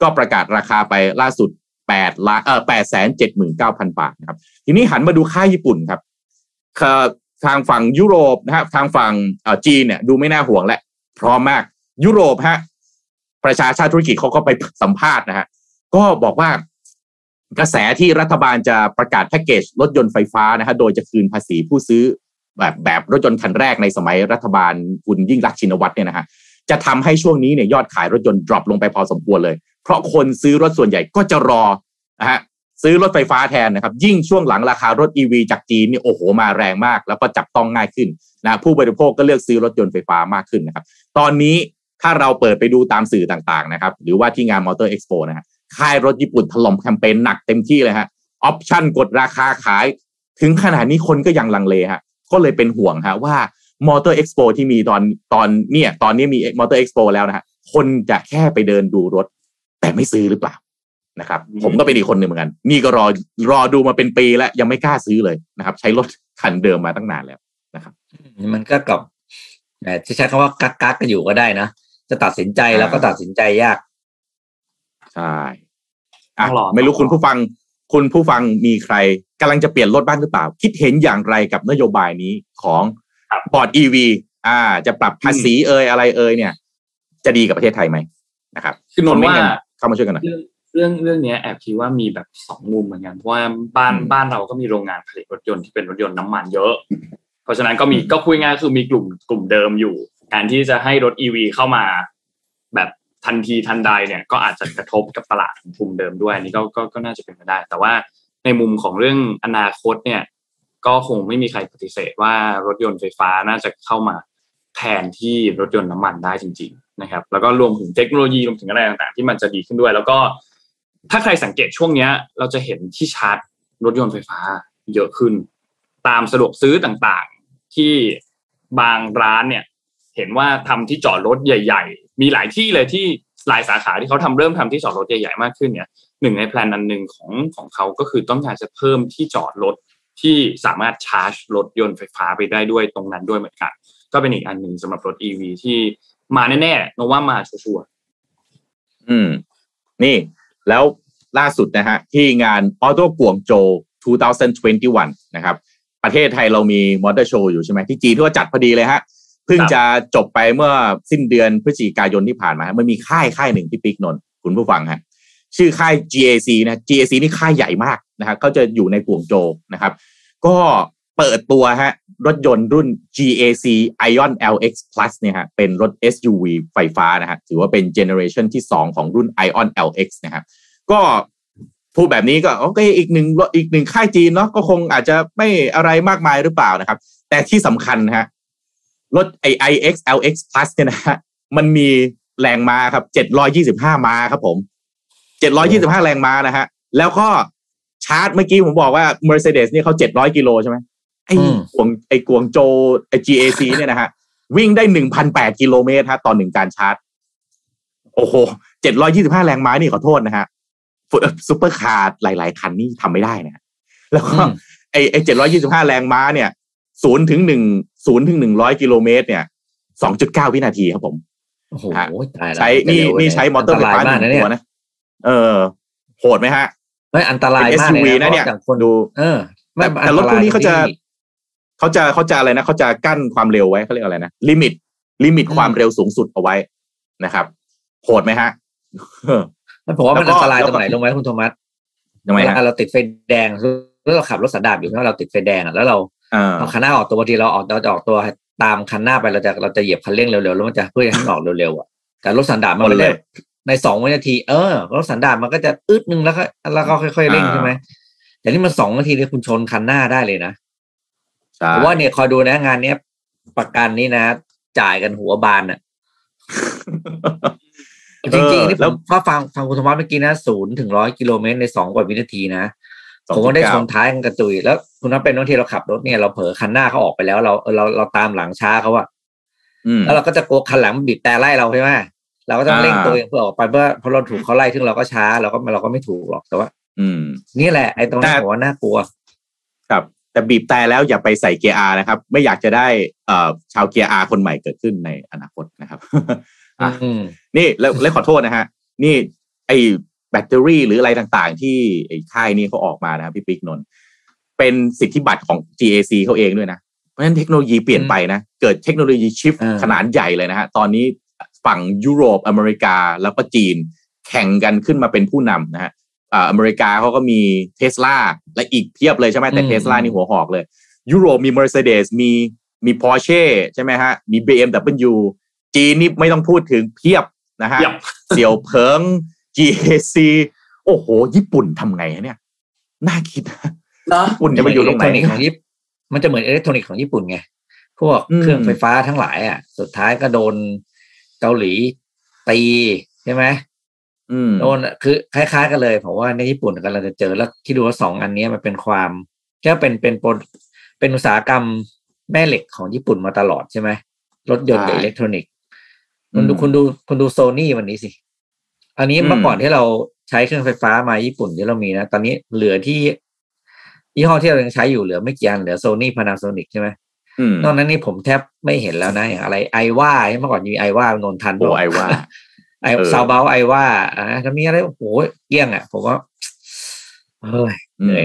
ก็ประกาศราคาไปล่าสุด879,000 บาทนะครับทีนี้หันมาดูค่ายญี่ปุ่นครับทางฝั่งยุโรปนะครับทางฝั่งจีนเนี่ยดูไม่น่าห่วงและพร้อมมากยุโรปฮะประชาชาติธุรกิจเขาก็ไปสัมภาษณ์นะฮะก็บอกว่ากระแสที่รัฐบาลจะประกาศแพ็กเกจรถยนต์ไฟฟ้านะฮะโดยจะคืนภาษีผู้ซื้อแบบรถยนต์คันแรกในสมัยรัฐบาลคุณยิ่งลักษณ์ชินวัตรเนี่ยนะฮะจะทำให้ช่วงนี้เนี่ยยอดขายรถยนต์ดรอปลงไปพอสมควรเลยเพราะคนซื้อรถส่วนใหญ่ก็จะรอนะฮะซื้อรถไฟฟ้าแทนนะครับยิ่งช่วงหลังราคารถ EV จากจีนนี่โอ้โหมาแรงมากแล้วก็จับต้องง่ายขึ้นนะผู้บริโภคก็เลือกซื้อรถยนต์ไฟฟ้ามากขึ้นนะครับตอนนี้ถ้าเราเปิดไปดูตามสื่อต่างๆนะครับหรือว่าที่งาน Motor Expo นะฮะค่ายรถญี่ปุ่นถล่มแคมเปญหนักเต็มที่เลยฮะออปชั่นกดราคาขายถึงขนาดนี้คนก็ยังลังเลฮะก็เลยเป็นห่วงฮะว่า Motor Expo ที่มีตอนนี้มี Motor Expo แล้วนะฮะคนจะแค่ไปเดินดูรถแต่ไม่ซื้อหรือเปล่านะครับผมก็เป็นอีกคนหนึ่งเหมือนกันนี่ก็รอดูมาเป็นปีแล้วยังไม่กล้าซื้อเลยนะครับใช้รถคันเดิมมาตั้งนานแล้วนะครับมันก็กับที่ใช้คำว่ากักกันอยู่ก็ได้นะจะตัดสินใจแล้วก็ตัดสินใจยากใช่ไม่รู้คุณผู้ฟังมีใครกำลังจะเปลี่ยนรถบ้างหรือเปล่าคิดเห็นอย่างไรกับนโยบายนี้ของบอร์ด EV จะปรับภาษีอะไรเนี่ยจะดีกับประเทศไทยไหมนะครับคือนนว่าเข้ามาช่วยกันหน่อยเรื่องนี้แอบคิดว่ามีแบบ2มุมเหมือนกันเพราะว่าบ้านเราก็มีโรงงานผลิตรถยนต์ที่เป็นรถยนต์น้ำมันเยอะเพราะฉะนั้นก็คุยง่ายคือมีกลุ่มเดิมอยู่การที่จะให้รถ EV เข้ามาแบบทันทีทันใดเนี่ยก็อาจจะกระทบกับตลาดกลุ่มเดิมด้วยอันนี้ก็น่าจะเป็นไปได้แต่ว่าในมุมของเรื่องอนาคตเนี่ยก็คงไม่มีใครปฏิเสธว่ารถยนต์ไฟฟ้าน่าจะเข้ามาแทนที่รถยนต์น้ำมันได้จริงๆนะครับแล้วก็รวมถึงเทคโนโลยีรวมถึงอะไรต่างๆที่มันจะดีขึ้นด้วยแล้วก็ถ้าใครสังเกตช่วงนี้เราจะเห็นที่ชาร์จรถยนต์ไฟฟ้าเยอะขึ้นตามสะดวกซื้อต่างๆที่บางร้านเนี่ยเห็นว่าทำที่จอดรถใหญ่ๆมีหลายที่เลยที่หลายสาขาที่เขาเริ่มทำที่จอดรถใหญ่ๆมากขึ้นเนี่ยหนึ่งในแพลนอันนึงของเขาก็คือต้องการจะเพิ่มที่จอดรถที่สามารถชาร์จรถยนต์ไฟฟ้าไปได้ด้วยตรงนั้นด้วยเหมือนกันก็เป็นอีกอันนึงสำหรับรถ EV ที่มาแน่ๆโนว่ามาชัวร์นี่แล้วล่าสุดนะฮะที่งาน Auto กวงโจว2021นะครับประเทศไทยเรามีมอเตอร์โชว์อยู่ใช่ไหมที่จีนที่จัดพอดีเลยฮะเพิ่งจะจบไปเมื่อสิ้นเดือนพฤศจิกายนที่ผ่านมามันมีค่ายหนึ่งที่ปิ๊กนนท์คุณผู้ฟังฮะชื่อค่าย GAC นะ GAC นี่ค่ายใหญ่มากนะครับเขาจะอยู่ในกวงโจวนะครับก็เปิดตัวฮะรถยนต์รุ่น GAC Ion LX Plus เนี่ยฮะเป็นรถ SUV ไฟฟ้านะฮะถือว่าเป็นเจเนอเรชันที่2ของรุ่น Ion LX นะครับก็พูดแบบนี้ก็โอเคอีกหนึ่งค่ายจีนเนาะก็คงอาจจะไม่อะไรมากมายหรือเปล่านะครับแต่ที่สำคัญฮะรถiX LX Plus เนี่ยนะฮะมันมีแรงม้าครับ725ม้าครับผม725แรงม้านะฮะแล้วก็ชาร์จเมื่อกี้ผมบอกว่า Mercedes นี่เขา700กิโลใช่ไหมไอ้กวงโจวGAC เนี่ยนะฮะวิ่งได้ 1,800 กิโลเมตรฮะต่อ1การชาร์จโอ้โห725แรงม้านี่ขอโทษนะฮะซุปเปอร์คาร์หลายๆคันนี่ทำไม่ได้นะแล้วก็ไอ้725แรงม้าเนี่ย0 ถึง 100กิโลเมตรเนี่ย 2.9 วินาทีครับผมโอ้โหใช้นี่ใช้มอเตอร์ไฟฟ้า1ตัวนะโหดไหมฮะไม่อันตรายมากเลยนะเนี่ยคนดูแต่รถพวกนี้เขาจะอะไรนะเขาจะกั้นความเร็วไว้เขาเรียกอะไรนะลิมิตความเร็วสูงสุดเอาไว้นะครับโหดไหมฮะผมว่ามันอันตรายตรงไหนลงไหมคุณโทมัสยังไงฮะเราติดไฟแดงแล้วเราขับรถสันดาปอยู่แล้วเราติดไฟแดงแล้วเราคันหน้าออกตัวบางทีเราออกตัวตามคันหน้าไปเราจะเหยียบคันเร่งเร็วๆแล้วมันจะเพื่อให้มันออกเร็วๆอ่ะแต่รถสันดาปมันไม่ได้ใน2 วินาทีรถสันดาปมันก็จะอึดนึงแล้วก็ค่อยๆเร่งใช่ไหมแต่นี่มัน2 นาทีเนี่ยคุณชนคันหน้าได้เลยนะเพราะว่าเนี่ยคอยดูนะงานนี้ประกันนี้นะจ่ายกันหัวบานอ่ะจริงๆนี่ผมฟังคุณธรรมะเมื่อกี้นะ0 ถึง 100กิโลเมตรใน2 กว่าวินาทีนะผมก็ได้ชนท้ายกันกระจุยแล้วคุณนับเป็นบางทีเราขับรถเนี่ยเราเผลอคันหน้าเขาออกไปแล้วเราตามหลังช้าเขาอะแล้วเราก็จะโกคันหลังบีบแต่ไล่เราใช่ไหมเราก็ต้องเร่งตัวเองเพื่อออกไปเพราะเราถูกเขาไล่ซึ่งเราก็ช้าเราก็ไม่ถูกหรอกแต่ว่านี่แหละไอ้ตรงนี้ผมว่าน่ากลัวครับแต่บีบแต่แล้วอย่าไปใส่เกียร์ R นะครับไม่อยากจะได้ชาวเกียร์ R คนใหม่เกิดขึ้นในอนาคตนะครับนี่แล้วขอโทษนะฮะนี่ไออ้แบตเตอรี่หรืออะไรต่างๆที่ไอ้ค่ายนี้เขาออกมานะครับพี่ปิ๊กนนท์เป็นสิทธิบัตรของ GAC เขาเองด้วยนะเพราะฉะนั้นเทคโนโลยีเปลี่ยนไปนะเกิดเทคโนโลยีชิฟขนาดใหญ่เลยนะฮะตอนนี้ฝั่งยุโรปอเมริกาแล้วก็จีนแข่งกันขึ้นมาเป็นผู้นำนะฮะอเมริกาเขาก็มี Tesla และอีกเพียบเลยใช่ไหมแต่ Tesla นี่หัวหอกเลยยุโรปมี Mercedes มี Porsche ใช่ไหมฮะมี BMW จีนนี่ไม่ต้องพูดถึงเพียบนะฮะเสี่ยวเผิง GAC โอ้โหญี่ปุ่นทำไงฮะเนี่ยน่าคิดนะญี่ปุ่นจะไปอยู่ตรงไหนมันจะเหมือนอิเล็กทรอนิกส์ของญี่ปุ่นไงพวกเครื่องไฟฟ้าทั้งหลายอ่ะสุดท้ายก็โดนเกาหลีตีใช่ไหมโดนคือคล้ายๆกันเลยผมว่าในญี่ปุ่นกำลังจะเจอแล้วที่ดูว่า2อันนี้มันเป็นความแค่เป็นอุตสาหกรรมแม่เหล็กของญี่ปุ่นมาตลอดใช่ไหมรถยนต์กับอิเล็กทรอนิกส์คุณดูโซนี่วันนี้สิอันนี้เมื่อก่อนที่เราใช้เครื่องไฟฟ้ามาญี่ปุ่นที่เรามีนะตอนนี้เหลือที่ยี่ห้อที่เรายังใช้อยู่เหลือไม่กี่อันเหลือ Sony Panasonic ใช่ไหมนอกนั้นนี่ผมแทบไม่เห็นแล้วนะอย่างอะไรไอว่าเมื่อก่อนมีไอว่านนทันไอว่าไอซาวเบลไอว่าถ้ามีอะไรโอ้โหเกี้ยงอ่ะผมว่าเหนื่อย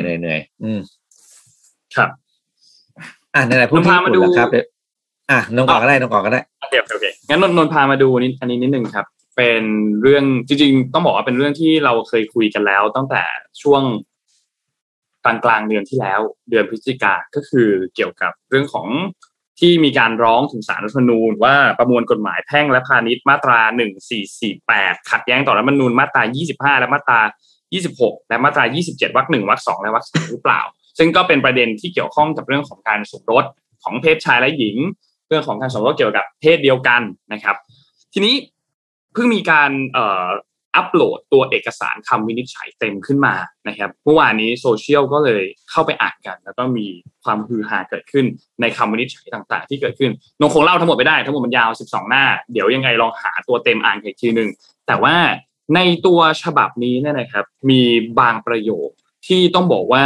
ครับนั่นแหละพูดมาดูครับนนก่อนก็ได้โอเคงั้นนนพามาดูอันนี้นิดนึงครับเป็นเรื่องจริงๆต้องบอกว่าเป็นเรื่องที่เราเคยคุยกันแล้วตั้งแต่ช่วงกลางเดือนที่แล้วเดือนพฤศจิกาก็คือเกี่ยวกับเรื่องของที่มีการร้องถึงศาลรัฐธรรมนูญว่าประมวลกฎหมายแพ่งและพาณิชย์มาตรา1448ขัดแย้งต่อรัฐธรรมนูญมาตรา25และมาตรา26และมาตรา27วรรค1วรรค2และวรรค3หรือเปล่าซึ่งก็เป็นประเด็นที่เกี่ยวข้องกับเรื่องของการสมรสของเพศชายและหญิงเรื่องของการสมรสเกี่ยวกับเพศเดียวกันนะครับทีนี้เพิ่งมีการอัปโหลดตัวเอกสารคำวินิจฉัยเต็มขึ้นมานะครับเมื่อวานนี้โซเชียลก็เลยเข้าไปอ่านกันแล้วก็มีความฮือฮาเกิดขึ้นในคำวินิจฉัยต่างๆที่เกิดขึ้นนงคงเล่าทั้งหมดไม่ได้ทั้งหมดมันยาว12หน้าเดี๋ยวยังไงลองหาตัวเต็มอ่านอีกทีนึงแต่ว่าในตัวฉบับนี้เนี่ยนะครับมีบางประโยคที่ต้องบอกว่า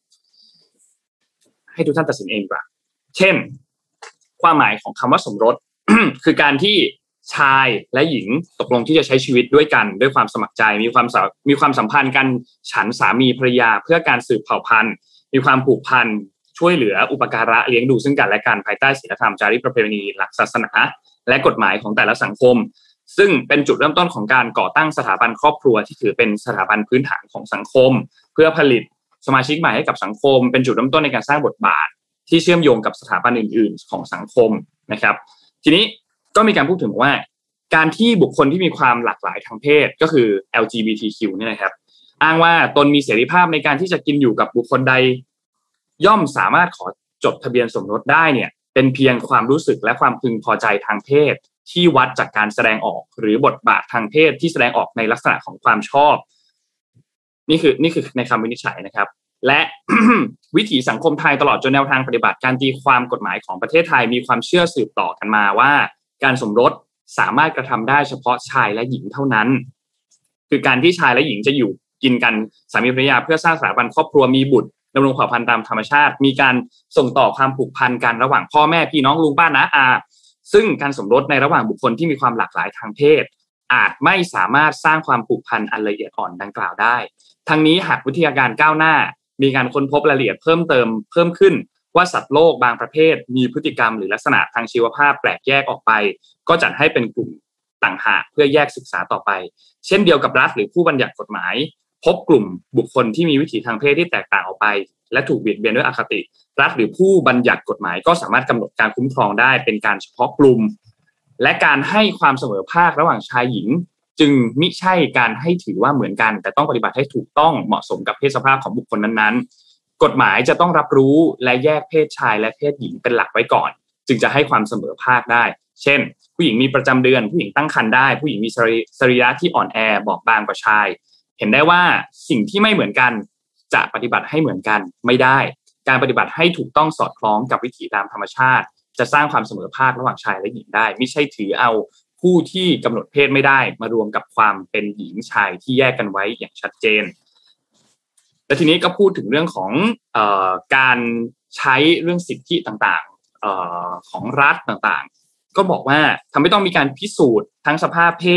ให้ทุกท่านตัดสินเองดีกว่าเช่นความหมายของคำว่าสมรส คือการที่ชายและหญิงตกลงที่จะใช้ชีวิตด้วยกันด้วยความสมัครใจมีความสัมพันธ์กันฉันสามีภรรยาเพื่อการสืบเผ่าพันธุ์มีความผูกพันช่วยเหลืออุปการะเลี้ยงดูซึ่งกันและกันภายใต้ศีลธรรมจารีตประเพณีหลักศาสนาและกฎหมายของแต่ละสังคมซึ่งเป็นจุดเริ่มต้นของการก่อตั้งสถาบันครอบครัวที่ถือเป็นสถาบันพื้นฐานของสังคมเพื่อผลิตสมาชิกใหม่ให้กับสังคมเป็นจุดเริ่มต้นในการสร้างบทบาทที่เชื่อมโยงกับสถาบันอื่นๆของสังคมนะครับทีนี้ก็มีการพูดถึงว่าการที่บุคคลที่มีความหลากหลายทางเพศก็คือ LGBTQ เนี่ยนะครับอ้างว่าตนมีเสรีภาพในการที่จะกินอยู่กับบุคคลใดย่อมสามารถขอจดทะเบียนสมรสได้เนี่ยเป็นเพียงความรู้สึกและความพึงพอใจทางเพศที่วัดจากการแสดงออกหรือบทบาททางเพศที่แสดงออกในลักษณะของความชอบนี่คือในคำวินิจฉัยนะครับและ วิถีสังคมไทยตลอดจนแนวทางปฏิบัติการตีความกฎหมายของประเทศไทยมีความเชื่อสืบต่อกันมาว่าการสมรสสามารถกระทำได้เฉพาะชายและหญิงเท่านั้นคือการที่ชายและหญิงจะอยู่กินกันสามีภรรยาเพื่อสร้างสถาบันครอบครัวมีบุตรดำรงเผ่าพันธุ์ตามธรรมชาติมีการส่งต่อความผูกพันกันระหว่างพ่อแม่พี่น้องลุงป้าน้าอาซึ่งการสมรสในระหว่างบุคคลที่มีความหลากหลายทางเพศอาจไม่สามารถสร้างความผูกพันอันละเอียดอ่อนดังกล่าวได้ทั้งนี้หากวิทยาการก้าวหน้ามีการค้นพบรายละเอียดเพิ่มขึ้นว่าสัตว์โลกบางประเภทมีพฤติกรรมหรือลักษณะทางชีวภาพแปลกแยกออกไปก็จัดให้เป็นกลุ่มต่างหากเพื่อแยกศึกษาต่อไปเช่นเดียวกับรัฐหรือผู้บัญญัติกฎหมายพบกลุ่มบุคคลที่มีวิถีทางเพศที่แตกต่างออกไปและถูกเบียดเบียนด้วยอคติรัฐหรือผู้บัญญัติกฎหมายก็สามารถกำหนดการคุ้มครองได้เป็นการเฉพาะกลุ่มและการให้ความเสมอภาคระหว่างชายหญิงจึงมิใช่การให้ถือว่าเหมือนกันแต่ต้องปฏิบัติให้ถูกต้องเหมาะสมกับเพศสภาพของบุคคลนั้นๆกฎหมายจะต้องรับรู้และแยกเพศชายและเพศหญิงเป็นหลักไว้ก่อนจึงจะให้ความเสมอภาคได้เช่นผู้หญิงมีประจำเดือนผู้หญิงตั้งครรภ์ได้ผู้หญิงมีสรีระที่อ่อนแอบอบบางกว่าชายเห็นได้ว่าสิ่งที่ไม่เหมือนกันจะปฏิบัติให้เหมือนกันไม่ได้การปฏิบัติให้ถูกต้องสอดคล้องกับวิถีตามธรรมชาติจะสร้างความเสมอภาคระหว่างชายและหญิงได้ไม่ใช่ถือเอาผู้ที่กำหนดเพศไม่ได้มารวมกับความเป็นหญิงชายที่แยกกันไว้อย่างชัดเจนและทีนี้ก็พูดถึงเรื่องของการใช้เรื่องสิทธิต่างๆของรัฐต่างๆก็บอกว่าทำให้ต้องมีการพิสูจน์ทั้งสภาพเพศ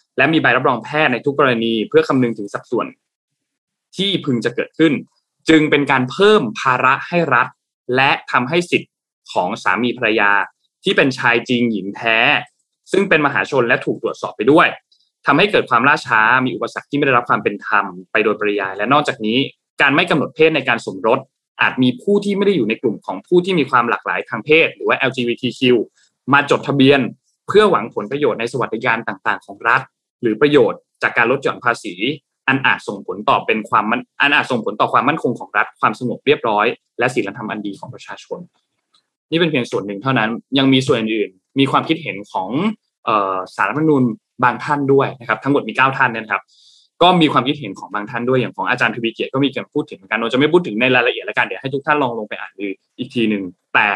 และมีใบรับรองแพทย์ในทุกกรณีเพื่อคำนึงถึงสัดส่วนที่พึงจะเกิดขึ้นจึงเป็นการเพิ่มภาระให้รัฐและทำให้สิทธิ์ของสามีภรรยาที่เป็นชายจริงหญิงแท้ซึ่งเป็นมหาชนและถูกตรวจสอบไปด้วยทำให้เกิดความล่าช้ามีอุปสรรคที่ไม่ได้รับความเป็นธรรมไปโดยปริยายและนอกจากนี้การไม่กำหนดเพศในการสมรสอาจมีผู้ที่ไม่ได้อยู่ในกลุ่มของผู้ที่มีความหลากหลายทางเพศหรือว่า LGBTQ มาจดทะเบียนเพื่อหวังผลประโยชน์ในสวัสดิการต่างๆของรัฐหรือประโยชน์จากการลดหย่อนภาษีอันอาจส่งผลต่อความมั่นคงของรัฐความสงบเรียบร้อยและศีลธรรมอันดีของประชาชนนี่เป็นเพียงส่วนหนึ่งเท่านั้นยังมีส่วนอื่นมีความคิดเห็นของศาลรัฐธรรมนูญบางท่านด้วยนะครับทั้งหมดมี9ท่านนะครับก็มีความคิดเห็นของบางท่านด้วยอย่างของอาจารย์ทวีเกียรติก็มีการพูดถึงเหมือนกันเราจะไม่พูดถึงในรายละเอียดแล้วกันเดี๋ยวให้ทุกท่านลองลงไปอ่านดูอีกทีนึงแต่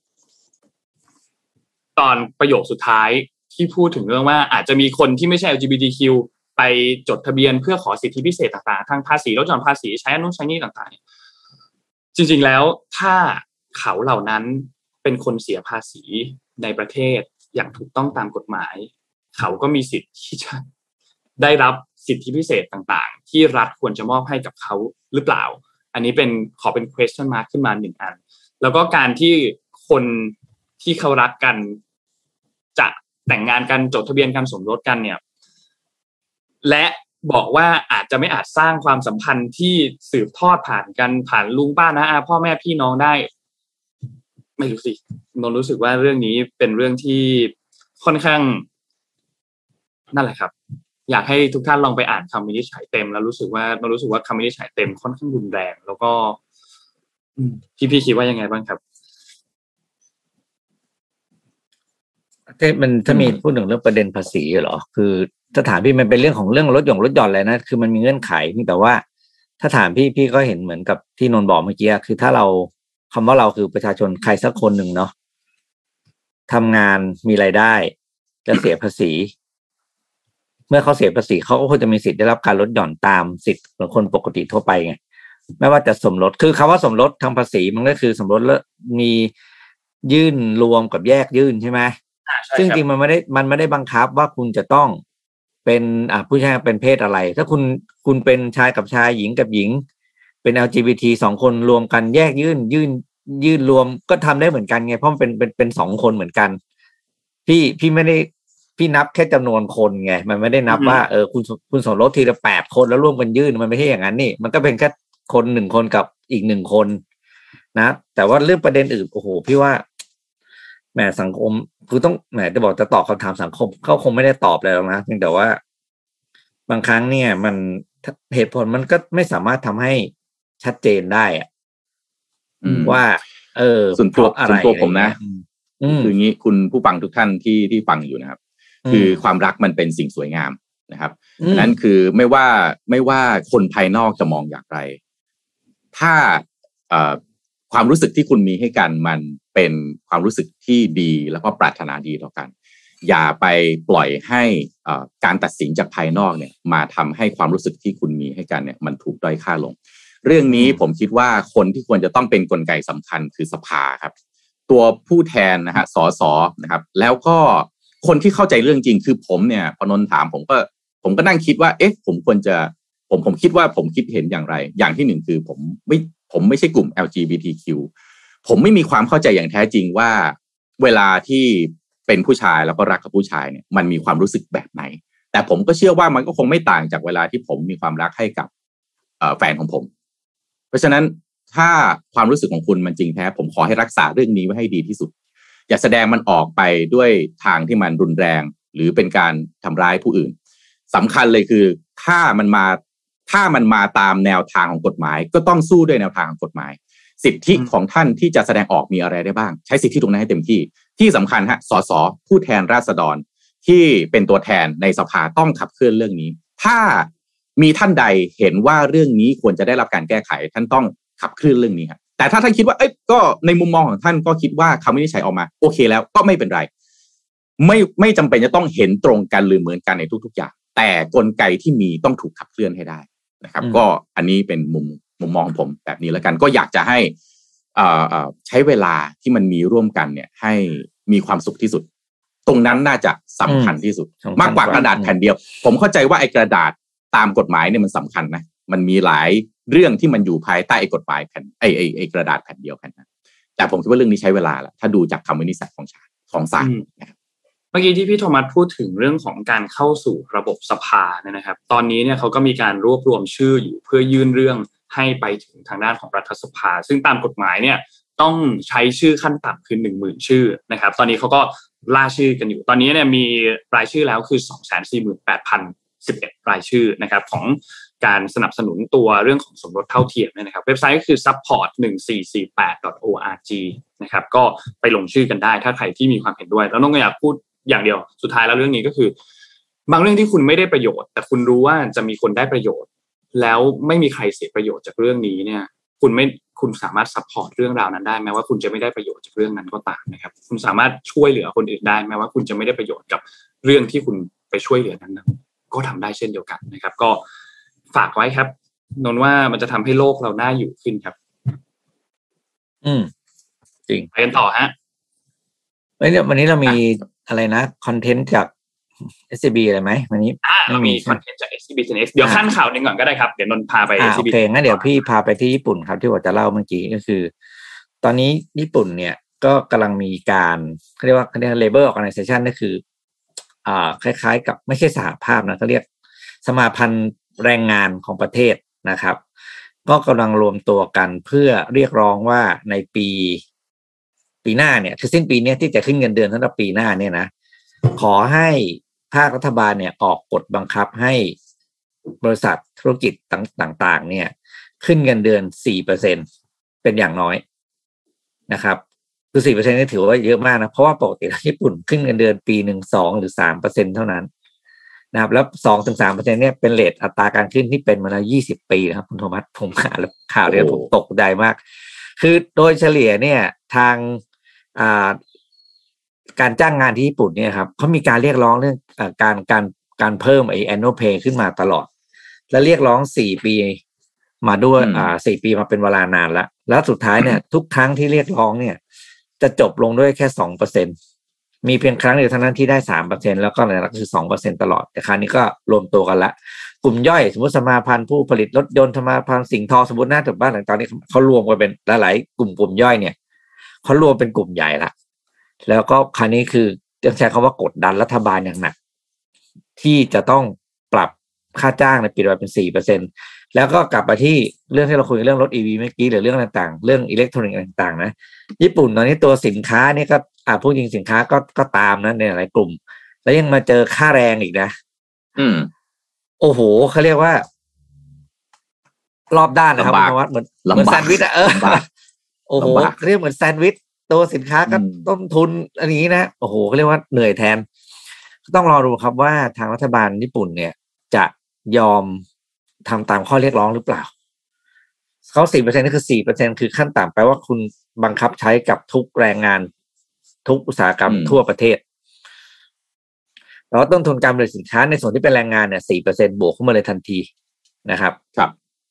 ตอนประโยคสุดท้ายที่พูดถึงเรื่องว่าอาจจะมีคนที่ไม่ใช่ LGBTQ ไปจดทะเบียนเพื่อขอสิทธิพิเศษต่างๆทางภาษีลดหย่อนภาษีใช้อนุใช้นี่ต่างๆจริงๆแล้วถ้าเขาเหล่านั้นเป็นคนเสียภาษีในประเทศอย่างถูกต้องตามกฎหมายเขาก็มีสิทธิ์ที่จะได้รับสิทธิพิเศษต่างๆที่รัฐควรจะมอบให้กับเขาหรือเปล่าอันนี้ขอเป็น question mark ขึ้นมา1อันแล้วก็การที่คนที่เขารักกันจะแต่งงานกันจดทะเบียนกันสมรสกันเนี่ยและบอกว่าอาจจะไม่อาจสร้างความสัมพันธ์ที่สืบทอดผ่านลุงป้าน้าอาพ่อแม่พี่น้องได้ไม่รู้สินนรู้สึกว่าเรื่องนี้เป็นเรื่องที่ค่อนข้างนั่นแหละครับอยากให้ทุกท่านลองไปอ่านคำวินิจฉัยเต็มแล้วรู้สึกว่าคำวินิจฉัยเต็มค่อนข้างรุนแรงแล้วก็พี่คิดว่ายังไงบ้างครับมันถ้ามีพูดถึงเรื่องประเด็นภาษีเหรอคือถ้าถามพี่มันเป็นเรื่องของเรื่องลดหย่อนอะไรนะคือมันมีเงื่อนไขแต่ว่าถ้าถามพี่ก็เห็นเหมือนกับที่นนบอกเมื่อกี้คือถ้าเราคำว่าเราคือประชาชนใครสักคนหนึ่งเนาะทำงานมีรายได้และเสียภาษีเมื่อเขาเสียภาษีเขาก็ควรจะมีสิทธิ์ได้รับการลดหย่อนตามสิทธิ์ของคนปกติทั่วไปไงไม่ว่าจะสมรสคือคำว่าสมรสทางภาษีมันก็คือสมรสแล้วมียื่นรวมกับแยกยื่นใช่ไหมซึ่งจริงมันไม่ได้บังคับว่าคุณจะต้องเป็นผู้ชายเป็นเพศอะไรถ้าคุณเป็นชายกับชายหญิงกับหญิงเป็น LGBT 2คนรวมกันแยกยื่นรวมก็ทำได้เหมือนกันไงเพราะมันเป็น2คนเหมือนกันพี่ไม่ได้พี่นับแค่จำนวนคนไงมันไม่ได้นับว่าคุณสมรสทีละ8คนแล้วร่วมกันยื่นมันไม่ใช่อย่างนั้นนี่มันก็เป็นแค่คน1คนกับอีก1คนนะแต่ว่าเรื่องประเด็นอื่นโอ้โหพี่ว่าแหมสังคมคือต้องแหมจะบอกจะตอบคำถามสังคมเขาคงไม่ได้ตอบเลยหรอกนะเพียงแต่ว่าบางครั้งเนี่ยมันเหตุผลมันก็ไม่สามารถทำให้ชัดเจนได้อะว่าส่วนตัวผมนะคืออย่างนี้คุณผู้ฟังทุกท่านที่ฟังอยู่นะครับคือความรักมันเป็นสิ่งสวยงามนะครับนั้นคือไม่ว่าคนภายนอกจะมองอย่างไรถ้าความรู้สึกที่คุณมีให้กันมันเป็นความรู้สึกที่ดีแล้วก็ปรารถนาดีต่อกันอย่าไปปล่อยให้การตัดสินจากภายนอกเนี่ยมาทำให้ความรู้สึกที่คุณมีให้กันเนี่ยมันถูกด้อยค่าลงเรื่องนี้ผมคิดว่าคนที่ควรจะต้องเป็นกลไกสำคัญคือสภาครับตัวผู้แทนนะฮะสสนะครับแล้วก็คนที่เข้าใจเรื่องจริงคือผมเนี่ยพอนนถามผมก็นั่งคิดว่าผมควรจะผมคิดว่าผมคิดเห็นอย่างไรอย่างที่หนึ่งคือผมไม่ใช่กลุ่ม LGBTQ ผมไม่มีความเข้าใจอย่างแท้จริงว่าเวลาที่เป็นผู้ชายแล้วก็รักกับผู้ชายเนี่ยมันมีความรู้สึกแบบไหนแต่ผมก็เชื่อว่ามันก็คงไม่ต่างจากเวลาที่ผมมีความรักให้กับแฟนของผมเพราะฉะนั้นถ้าความรู้สึกของคุณมันจริงแท้ผมขอให้รักษาเรื่องนี้ไว้ให้ดีที่สุดอย่าแสดงมันออกไปด้วยทางที่มันรุนแรงหรือเป็นการทำร้ายผู้อื่นสำคัญเลยคือถ้ามันมาตามแนวทางของกฎหมายก็ต้องสู้ด้วยแนวทางของกฎหมายสิทธิของท่านที่จะแสดงออกมีอะไรได้บ้างใช้สิทธิตรงนั้นให้เต็มที่สำคัญฮะสสผู้แทนราษฎรที่เป็นตัวแทนในสภาต้องขับเคลื่อนเรื่องนี้ถ้ามีท่านใดเห็นว่าเรื่องนี้ควรจะได้รับการแก้ไขท่านต้องขับเคลื่อนเรื่องนี้ครับแต่ถ้าท่านคิดว่าก็ในมุมมองของท่านก็คิดว่าคำวินิจฉัยออกมาโอเคแล้วก็ไม่เป็นไรไม่จำเป็นจะต้องเห็นตรงกันหรือเหมือนกันในทุกๆอย่างแต่กลไกที่มีต้องถูกขับเคลื่อนให้ได้นะครับก็อันนี้เป็นมุมมองของผมแบบนี้แล้วกันก็อยากจะให้ใช้เวลาที่มันมีร่วมกันเนี่ยให้มีความสุขที่สุดตรงนั้นน่าจะสำคัญที่สุดมากกว่ากระดาษแผ่นเดียวผมเข้าใจว่าไอ้กระดาษตามกฎหมายเนี่ยมันสำคัญนะมันมีหลายเรื่องที่มันอยู่ภายใต้ไอ้กฎหมายแผ่นไอ้กระดาษแผ่นเดียวแผ่นนั้นแต่ผมคิดว่าเรื่องนี้ใช้เวลาละถ้าดูจากคำวินิจฉัยของศาลเมื่อกี้ที่พี่โทมัสพูดถึงเรื่องของการเข้าสู่ระบบสภาเนี่ยนะครับตอนนี้เนี่ยเขาก็มีการรวบรวมชื่ออยู่เพื่อยื่นเรื่องให้ไปถึงทางด้านของรัฐสภาซึ่งตามกฎหมายเนี่ยต้องใช้ชื่อขั้นต่ำคือ 10,000 ชื่อนะครับตอนนี้เขาก็ล่าชื่อกันอยู่ตอนนี้เนี่ยมีรายชื่อแล้วคือ 248,011 รายชื่อนะครับของการสนับสนุนตัวเรื่องของสมรสเท่าเทียมเนี่ยนะครับเว็บไซต์ก็คือ support1448.org นะครับก็ไปลงชื่อกันได้ถ้าใครที่มีความเห็นด้วยแล้วน้องก็อยากพูดอย่างเดียวสุดท้ายแล้วเรื่องนี้ก็คือบางเรื่องที่คุณไม่ได้ประโยชน์แต่คุณรู้ว่าจะมีคนได้ประโยชน์แล้วไม่มีใครเสียประโยชน์จากเรื่องนี้เนี่ยคุณสามารถซัพพอร์ตเรื่องราวนั้นได้แม้ว่าคุณจะไม่ได้ประโยชน์จากเรื่องนั้นก็ตามนะครับคุณสามารถช่วยเหลือคนอื่นได้แม้ว่าคุณจะไม่ได้ประโยชน์กับเรื่องที่คุณไปช่วยเหลือนั้นก็ทำได้เช่นเดียวกันนะครับก็ฝากไว้ครับนนว่ามันจะทำให้โลกเราน่าอยู่ขึ้นครับจริงไปกันต่อฮะวันนี้เรามีอะไรนะคอนเทนต์จาก SCB อะไรไหมวันนี้ไม่มีคอนเทนต์จาก SCB Next เดี๋ยวขั้นข่าวนึงก่อนก็ได้ครับเดี๋ยวนนพาไป SCB โอเคงั้นเดี๋ยวพี่พาไปที่ญี่ปุ่นครับที่ว่าจะเล่าเมื่อกี้ก็คือตอนนี้ญี่ปุ่นเนี่ยก็กำลังมีการเขาเรียกว่า Labor Organization ก็คือคล้ายๆกับไม่ใช่สหภาพนะเขาเรียกสมาพันธ์แรงงานของประเทศนะครับก็กำลังรวมตัวกันเพื่อเรียกร้องว่าในปีหน้าเนี่ยคือสิ้นปีนี้ที่จะขึ้นเงินเดือนสำหรับปีหน้าเนี่ยนะขอให้ภาครัฐบาลเนี่ยออกกฎบังคับให้บริษัทธุรกิจต่างๆเนี่ยขึ้นเงินเดือน 4% เป็นอย่างน้อยนะครับคือ 4% นี่ถือว่าเยอะมากนะเพราะว่าปกติญี่ปุ่นขึ้นเงินเดือนปีนึง2หรือ 3% เท่านั้นนะครับแล้ว 2-3% เนี่ยเป็นเรทอัตราการขึ้นที่เป็นมาแล้ว20ปีนะครับคุณโทมัสผมอ่านข่าวเรียนผมตกใจมากคือโดยเฉลี่ยเนี่ยทางการจ้างงานที่ญี่ปุ่นเนี่ยครับเขามีการเรียกร้องเรื่องการเพิ่มannual pay ขึ้นมาตลอดและเรียกร้อง4 ปีมาด้วย4 ปีมาเป็นเวลานานแล้วสุดท้ายเนี่ยทุกครั้งที่เรียกร้องเนี่ยจะจบลงด้วยแค่ 2% มีเพียงครั้งเดียวเท่านั้นที่ได้ 3% แล้วก็หลังจากนั้นคือ 2% ตลอดแต่คราวนี้ก็รวมตัวกันละกลุ่มย่อยสมมุติสมาพันธ์ผู้ผลิตรถยนต์สมาพันธ์สิ่งทอสมมุตินะแต่บ้านหลังตอนนี้เขารวมกันเป็นหลายๆกลุ่มย่อยเนี่ยเขารวมเป็นกลุ่มใหญ่ละแล้วก็คราวนี้คือจะใช้คำว่ากดดันรัฐบาลอย่างหนักที่จะต้องปรับค่าจ้างในปีต่อไปเป็น 4% แล้วก็กลับมาที่เรื่องที่เราคุยเรื่องรถ EV เมื่อกี้หรือเรื่องต่างๆเรื่องอิเล็กทรอนิกส์ต่างๆนะญี่ปุ่นตอนนี้ตัวสินค้านี่ก็พูดจริงสินค้าก็ตามนะในหลายกลุ่มแล้วยังมาเจอค่าแรงอีกนะโอ้โหเขาเรียกว่ารอบด้านนะครับเพราะว่าเหมือนแซนด์วิชโอ้โหเรียกเหมือนแซนด์วิชตัวสินค้าก็ต้นทุนอันนี้นะโอ้โหเขาเรียกว่าเหนื่อยแทนต้องรอดูครับว่าทางรัฐบาลญี่ปุ่นเนี่ยจะยอมทำตามข้อเรียกร้องหรือเปล่าเขา 4% นี่คือ 4% คือขั้นต่ำแปลว่าคุณบังคับใช้กับทุกแรงงานทุกอุตสาหกรรมทั่วประเทศแล้วต้นทุนการผลิตสินค้าในส่วนที่เป็นแรงงานเนี่ย 4% บวกขึ้นมาเลยทันทีนะครับครับ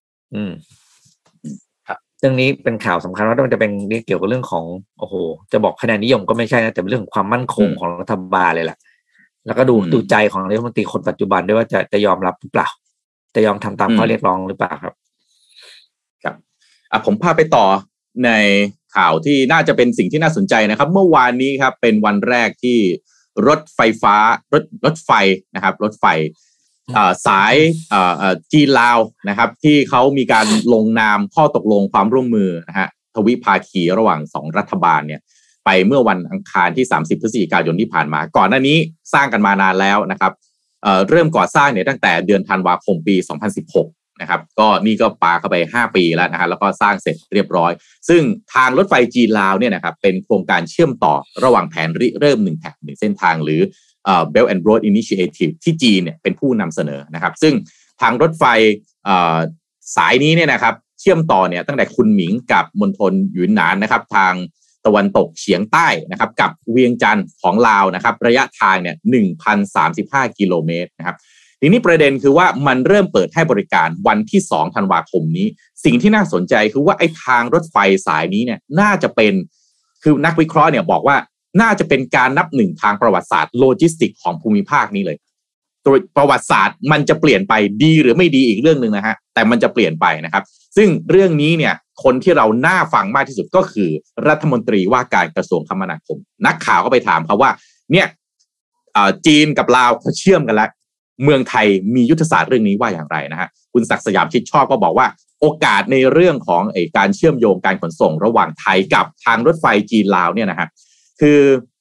เรื่องนี้เป็นข่าวสำคัญว่ามันจะเป็นเกี่ยวกับเรื่องของโอ้โหจะบอกคะแนนนิยมก็ไม่ใช่นะแต่เป็นเรื่องของความมั่นคงของรัฐบาลเลยแหละแล้วก็ดูใจของนายกรัฐมนตรีคนปัจจุบันด้วยว่าจะยอมรับหรือเปล่าจะยอมทำตามข้อเรียกร้องหรือเปล่าครับครับผมพาไปต่อในข่าวที่น่าจะเป็นสิ่งที่น่าสนใจนะครับเมื่อวานนี้ครับเป็นวันแรกที่รถไฟฟ้ารถไฟนะครับรถไฟสายจีนลาวนะครับที่เขามีการลงนามข้อตกลงความร่วมมือนะฮะทวิภาคีระหว่าง2รัฐบาลเนี่ยไปเมื่อวันอังคารที่30พฤศจิกายนที่ผ่านมาก่อนหน้านี้สร้างกันมานานแล้วนะครับเริ่มก่อสร้างเนี่ยตั้งแต่เดือนธันวาคมปี2016นะครับก็นี่ก็ปาเข้าไป5 ปีแล้วนะฮะแล้วก็สร้างเสร็จเรียบร้อยซึ่งทางรถไฟจีนลาวเนี่ยนะครับเป็นโครงการเชื่อมต่อระหว่างแผนเริ่ม1แถบ1เส้นทางหรือBelt and Road Initiative ที่จีนเนี่ยเป็นผู้นำเสนอนะครับซึ่งทางรถไฟสายนี้เนี่ยนะครับเชื่อมต่อเนี่ยตั้งแต่คุนหมิงกับมณฑลหยุนหนานนะครับทางตะวันตกเฉียงใต้นะครับกับเวียงจันทร์ของลาวนะครับระยะทางเนี่ย 1,035 กิโลเมตรนะครับทีนี้ประเด็นคือว่ามันเริ่มเปิดให้บริการวันที่2ธันวาคมนี้สิ่งที่น่าสนใจคือว่าไอ้ทางรถไฟสายนี้เนี่ยน่าจะเป็นคือนักวิเคราะห์เนี่ยบอกว่าน่าจะเป็นการนับหนึ่งทางประวัติศาสตร์โลจิสติกของภูมิภาคนี้เลยตัวประวัติศาสตร์มันจะเปลี่ยนไปดีหรือไม่ดีอีกเรื่องนึงนะฮะแต่มันจะเปลี่ยนไปนะครับซึ่งเรื่องนี้เนี่ยคนที่เราน่าฟังมากที่สุดก็คือรัฐมนตรีว่าการกระทรวงคมนาคมนักข่าวก็ไปถามเขาว่าเนี่ยจีนกับลาวเขาเชื่อมกันแล้วเมืองไทยมียุทธศาสตร์เรื่องนี้ว่าอย่างไรนะฮะคุณศักดิ์สยามชิดชอบก็บอกว่าโอกาสในเรื่องของการเชื่อมโยงการขนส่งระหว่างไทยกับทางรถไฟจีนลาวเนี่ยนะฮะคือ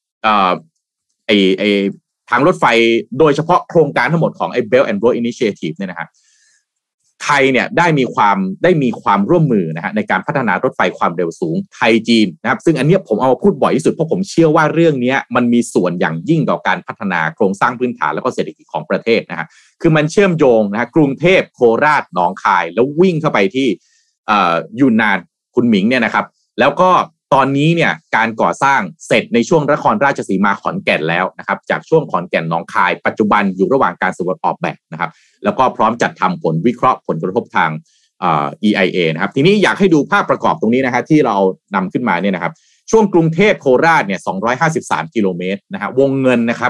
ทางรถไฟโดยเฉพาะโครงการทั้งหมดของBelt and Road Initiative เนี่ยนะฮะไทยเนี่ยได้มีความร่วมมือนะฮะในการพัฒนารถไฟความเร็วสูงไทยจีนนะครับซึ่งอันนี้ผมเอามาพูดบ่อยที่สุดเพราะผมเชื่อว่าเรื่องนี้มันมีส่วนอย่างยิ่งต่อการพัฒนาโครงสร้างพื้นฐานแล้วก็เศรษฐกิจของประเทศนะฮะคือมันเชื่อมโยงนะฮะกรุงเทพโคราชหนองคายแล้ววิ่งเข้าไปที่ยูนนานคุณหมิงเนี่ยนะครับแล้วก็ตอนนี้เนี่ยการก่อสร้างเสร็จในช่วงนครราชสีมาขอนแก่นแล้วนะครับจากช่วงขอนแก่นหนองคายปัจจุบันอยู่ระหว่างการสำรวจออกแบบนะครับแล้วก็พร้อมจัดทำผลวิเคราะห์ผลกระทบทางEIA นะครับทีนี้อยากให้ดูภาพประกอบตรงนี้นะฮะที่เรานำขึ้นมาเนี่ยนะครับช่วงกรุงเทพโคราชเนี่ย253กิโลเมตรนะฮะวงเงินนะครับ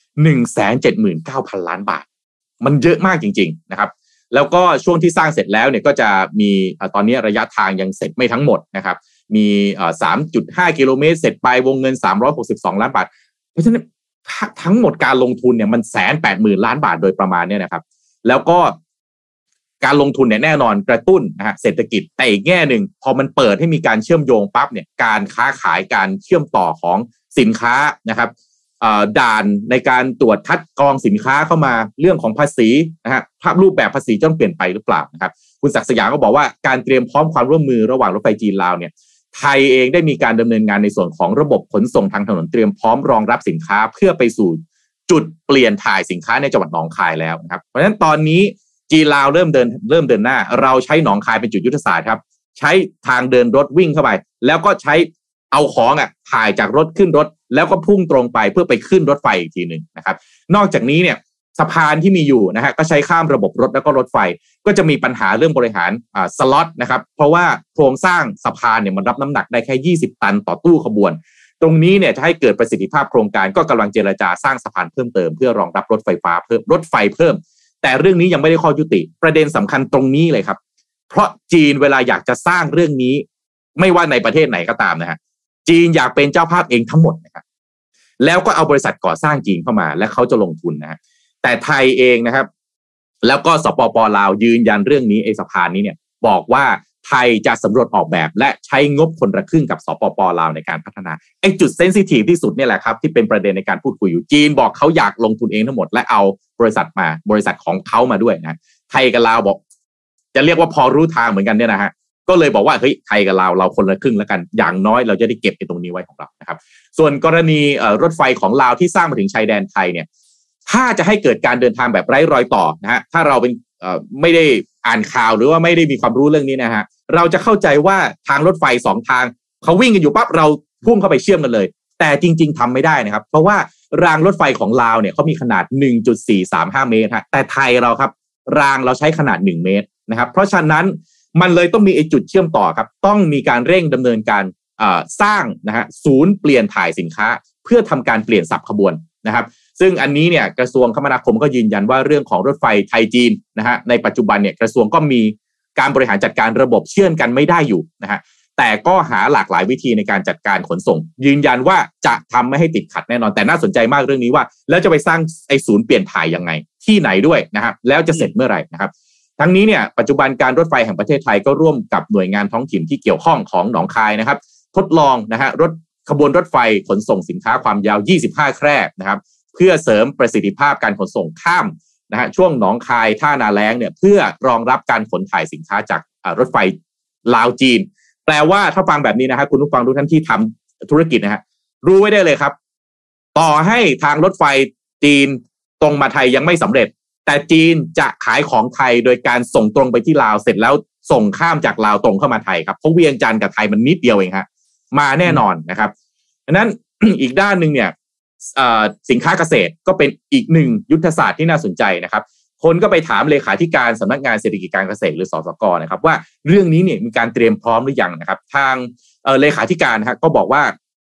179,000 ล้านบาทมันเยอะมากจริงๆนะครับแล้วก็ช่วงที่สร้างเสร็จแล้วเนี่ยก็จะมีตอนนี้ระยะทางยังเสร็จไม่ทั้งหมดนะครับมี3.5 กิโลเมตรเสร็จไปวงเงิน362ล้านบาทเพราะฉะนั้นทั้งหมดการลงทุนเนี่ยมัน180,000 ล้านบาทโดยประมาณเนี่ยนะครับแล้วก็การลงทุนเนี่ยแน่นอนกระตุ้นนะฮะเศรษฐกิจแต่อีกแง่หนึ่งพอมันเปิดให้มีการเชื่อมโยงปั๊บเนี่ยการค้าขายการเชื่อมต่อของสินค้านะครับด่านในการตรวจคัดกรองสินค้าเข้ามาเรื่องของภาษีนะฮะภาพรูปแบบภาษีจะต้องเปลี่ยนไปหรือเปล่านะครับคุณศักดิ์สยามก็บอกว่าการเตรียมพร้อมความร่วมมือระหว่างรถไฟจีนลาวเนี่ยไทยเองได้มีการดำเนินงานในส่วนของระบบขนส่งทางถนนเตรียมพร้อมรองรับสินค้าเพื่อไปสู่จุดเปลี่ยนถ่ายสินค้าในจังหวัดหนองคายแล้วนะครับเพราะฉะนั้นตอนนี้จีนลาวเริ่มเดินหน้าเราใช้หนองคายเป็นจุดยุทธศาสตร์ครับใช้ทางเดินรถวิ่งเข้าไปแล้วก็ใช้เอาของถ่ายจากรถขึ้นรถแล้วก็พุ่งตรงไปเพื่อไปขึ้นรถไฟอีกทีนึงนะครับนอกจากนี้เนี่ยสะพานที่มีอยู่นะฮะก็ใช้ข้ามระบบรถแล้วก็รถไฟก็จะมีปัญหาเรื่องบริหารสล็อตนะครับเพราะว่าโครงสร้างสะพานเนี่ยมันรับน้ำหนักได้แค่20 ตันต่อตู้ขบวนตรงนี้เนี่ยจะให้เกิดประสิทธิภาพโครงการก็กำลังเจรจาสร้างสะพานเพิ่มเติมเพื่อรองรับรถไฟฟ้าเพิ่มรถไฟเพิ่มแต่เรื่องนี้ยังไม่ได้ข้อยุติประเด็นสำคัญตรงนี้เลยครับเพราะจีนเวลาอยากจะสร้างเรื่องนี้ไม่ว่าในประเทศไหนก็ตามนะฮะจีนอยากเป็นเจ้าภาพเองทั้งหมดนะครับแล้วก็เอาบริษัทก่อสร้างจีนเข้ามาและเขาจะลงทุนนะฮะแต่ไทยเองนะครับแล้วก็สปป.ลาวยืนยันเรื่องนี้สะพานนี้เนี่ยบอกว่าไทยจะสำรวจออกแบบและใช้งบคนละครึ่งกับสปป.ลาวในการพัฒนาจุดเซนซิทีฟที่สุดเนี่ยแหละครับที่เป็นประเด็นในการพูดคุยอยู่จีนบอกเขาอยากลงทุนเองทั้งหมดและเอาบริษัทของเขามาด้วยนะไทยกับลาวบอกจะเรียกว่าพอรู้ทางเหมือนกันเนี่ยนะฮะก็เลยบอกว่าเฮ้ยไทยกับลาวเราคนละครึ่งแล้วกันอย่างน้อยเราจะได้เก็บตรงนี้ไว้ของเรานะครับส่วนกรณีรถไฟของลาวที่สร้างมาถึงชายแดนไทยเนี่ยถ้าจะให้เกิดการเดินทางแบบไร้รอยต่อนะฮะถ้าเราเป็นไม่ได้อ่านข่าวหรือว่าไม่ได้มีความรู้เรื่องนี้นะฮะเราจะเข้าใจว่าทางรถไฟ2ทางเขาวิ่งกันอยู่ปั๊บเราพุ่งเข้าไปเชื่อมกันเลยแต่จริงๆทำไม่ได้นะครับเพราะว่ารางรถไฟของลาวเนี่ยเขามีขนาด 1.435 เมตรฮะแต่ไทยเราครับรางเราใช้ขนาด1เมตรนะครับเพราะฉะนั้นมันเลยต้องมีจุดเชื่อมต่อครับต้องมีการเร่งดำเนินการสร้างนะฮะศูนย์เปลี่ยนถ่ายสินค้าเพื่อทำการเปลี่ยนสับขบวนนะครับซึ่งอันนี้เนี่ยกระทรวงคมนาคมก็ยืนยันว่าเรื่องของรถไฟไทยจีนนะฮะในปัจจุบันเนี่ยกระทรวงก็มีการบริหารจัดการระบบเชื่อมกันไม่ได้อยู่นะฮะแต่ก็หาหลากหลายวิธีในการจัดการขนส่งยืนยันว่าจะทำไม่ให้ติดขัดแน่นอนแต่น่าสนใจมากเรื่องนี้ว่าแล้วจะไปสร้างศูนย์เปลี่ยนถ่ายยังไงที่ไหนด้วยนะครับแล้วจะเสร็จเมื่อไหร่นะครับทั้งนี้เนี่ยปัจจุบันการรถไฟแห่งประเทศไทยก็ร่วมกับหน่วยงานท้องถิ่นที่เกี่ยวข้องของหนองคายนะครับทดลองนะฮะขบวนรถไฟขนส่งสินค้าความยาว25แคร่นะครับเพื่อเสริมประสิทธิภาพการขนส่งข้ามนะฮะช่วงหนองคายท่านาแล้งเนี่ยเพื่อรองรับการขนถ่ายสินค้าจากรถไฟลาวจีนแปลว่าถ้าฟังแบบนี้นะฮะคุณผู้ฟังทุกท่านที่ทำธุรกิจนะฮะรู้ไว้ได้เลยครับต่อให้ทางรถไฟจีนตรงมาไทยยังไม่สำเร็จแต่จีนจะขายของไทยโดยการส่งตรงไปที่ลาวเสร็จแล้วส่งข้ามจากลาวตรงเข้ามาไทยครับเพราะเวียงจันทร์กับไทยมันนิดเดียวเองฮะมาแน่นอนนะครับดังนั้น อีกด้านนึงเนี่ยสินค้าเกษตรก็เป็นอีกหนึ่งยุทธศาสตร์ที่น่าสนใจนะครับคนก็ไปถามเลขาธิการสำนักงานเศรษฐกิจการเกษตรหรือสสก.นะครับว่าเรื่องนี้เนี่ยมีการเตรียมพร้อมหรือยังนะครับทางเลขาธิการก็บอกว่า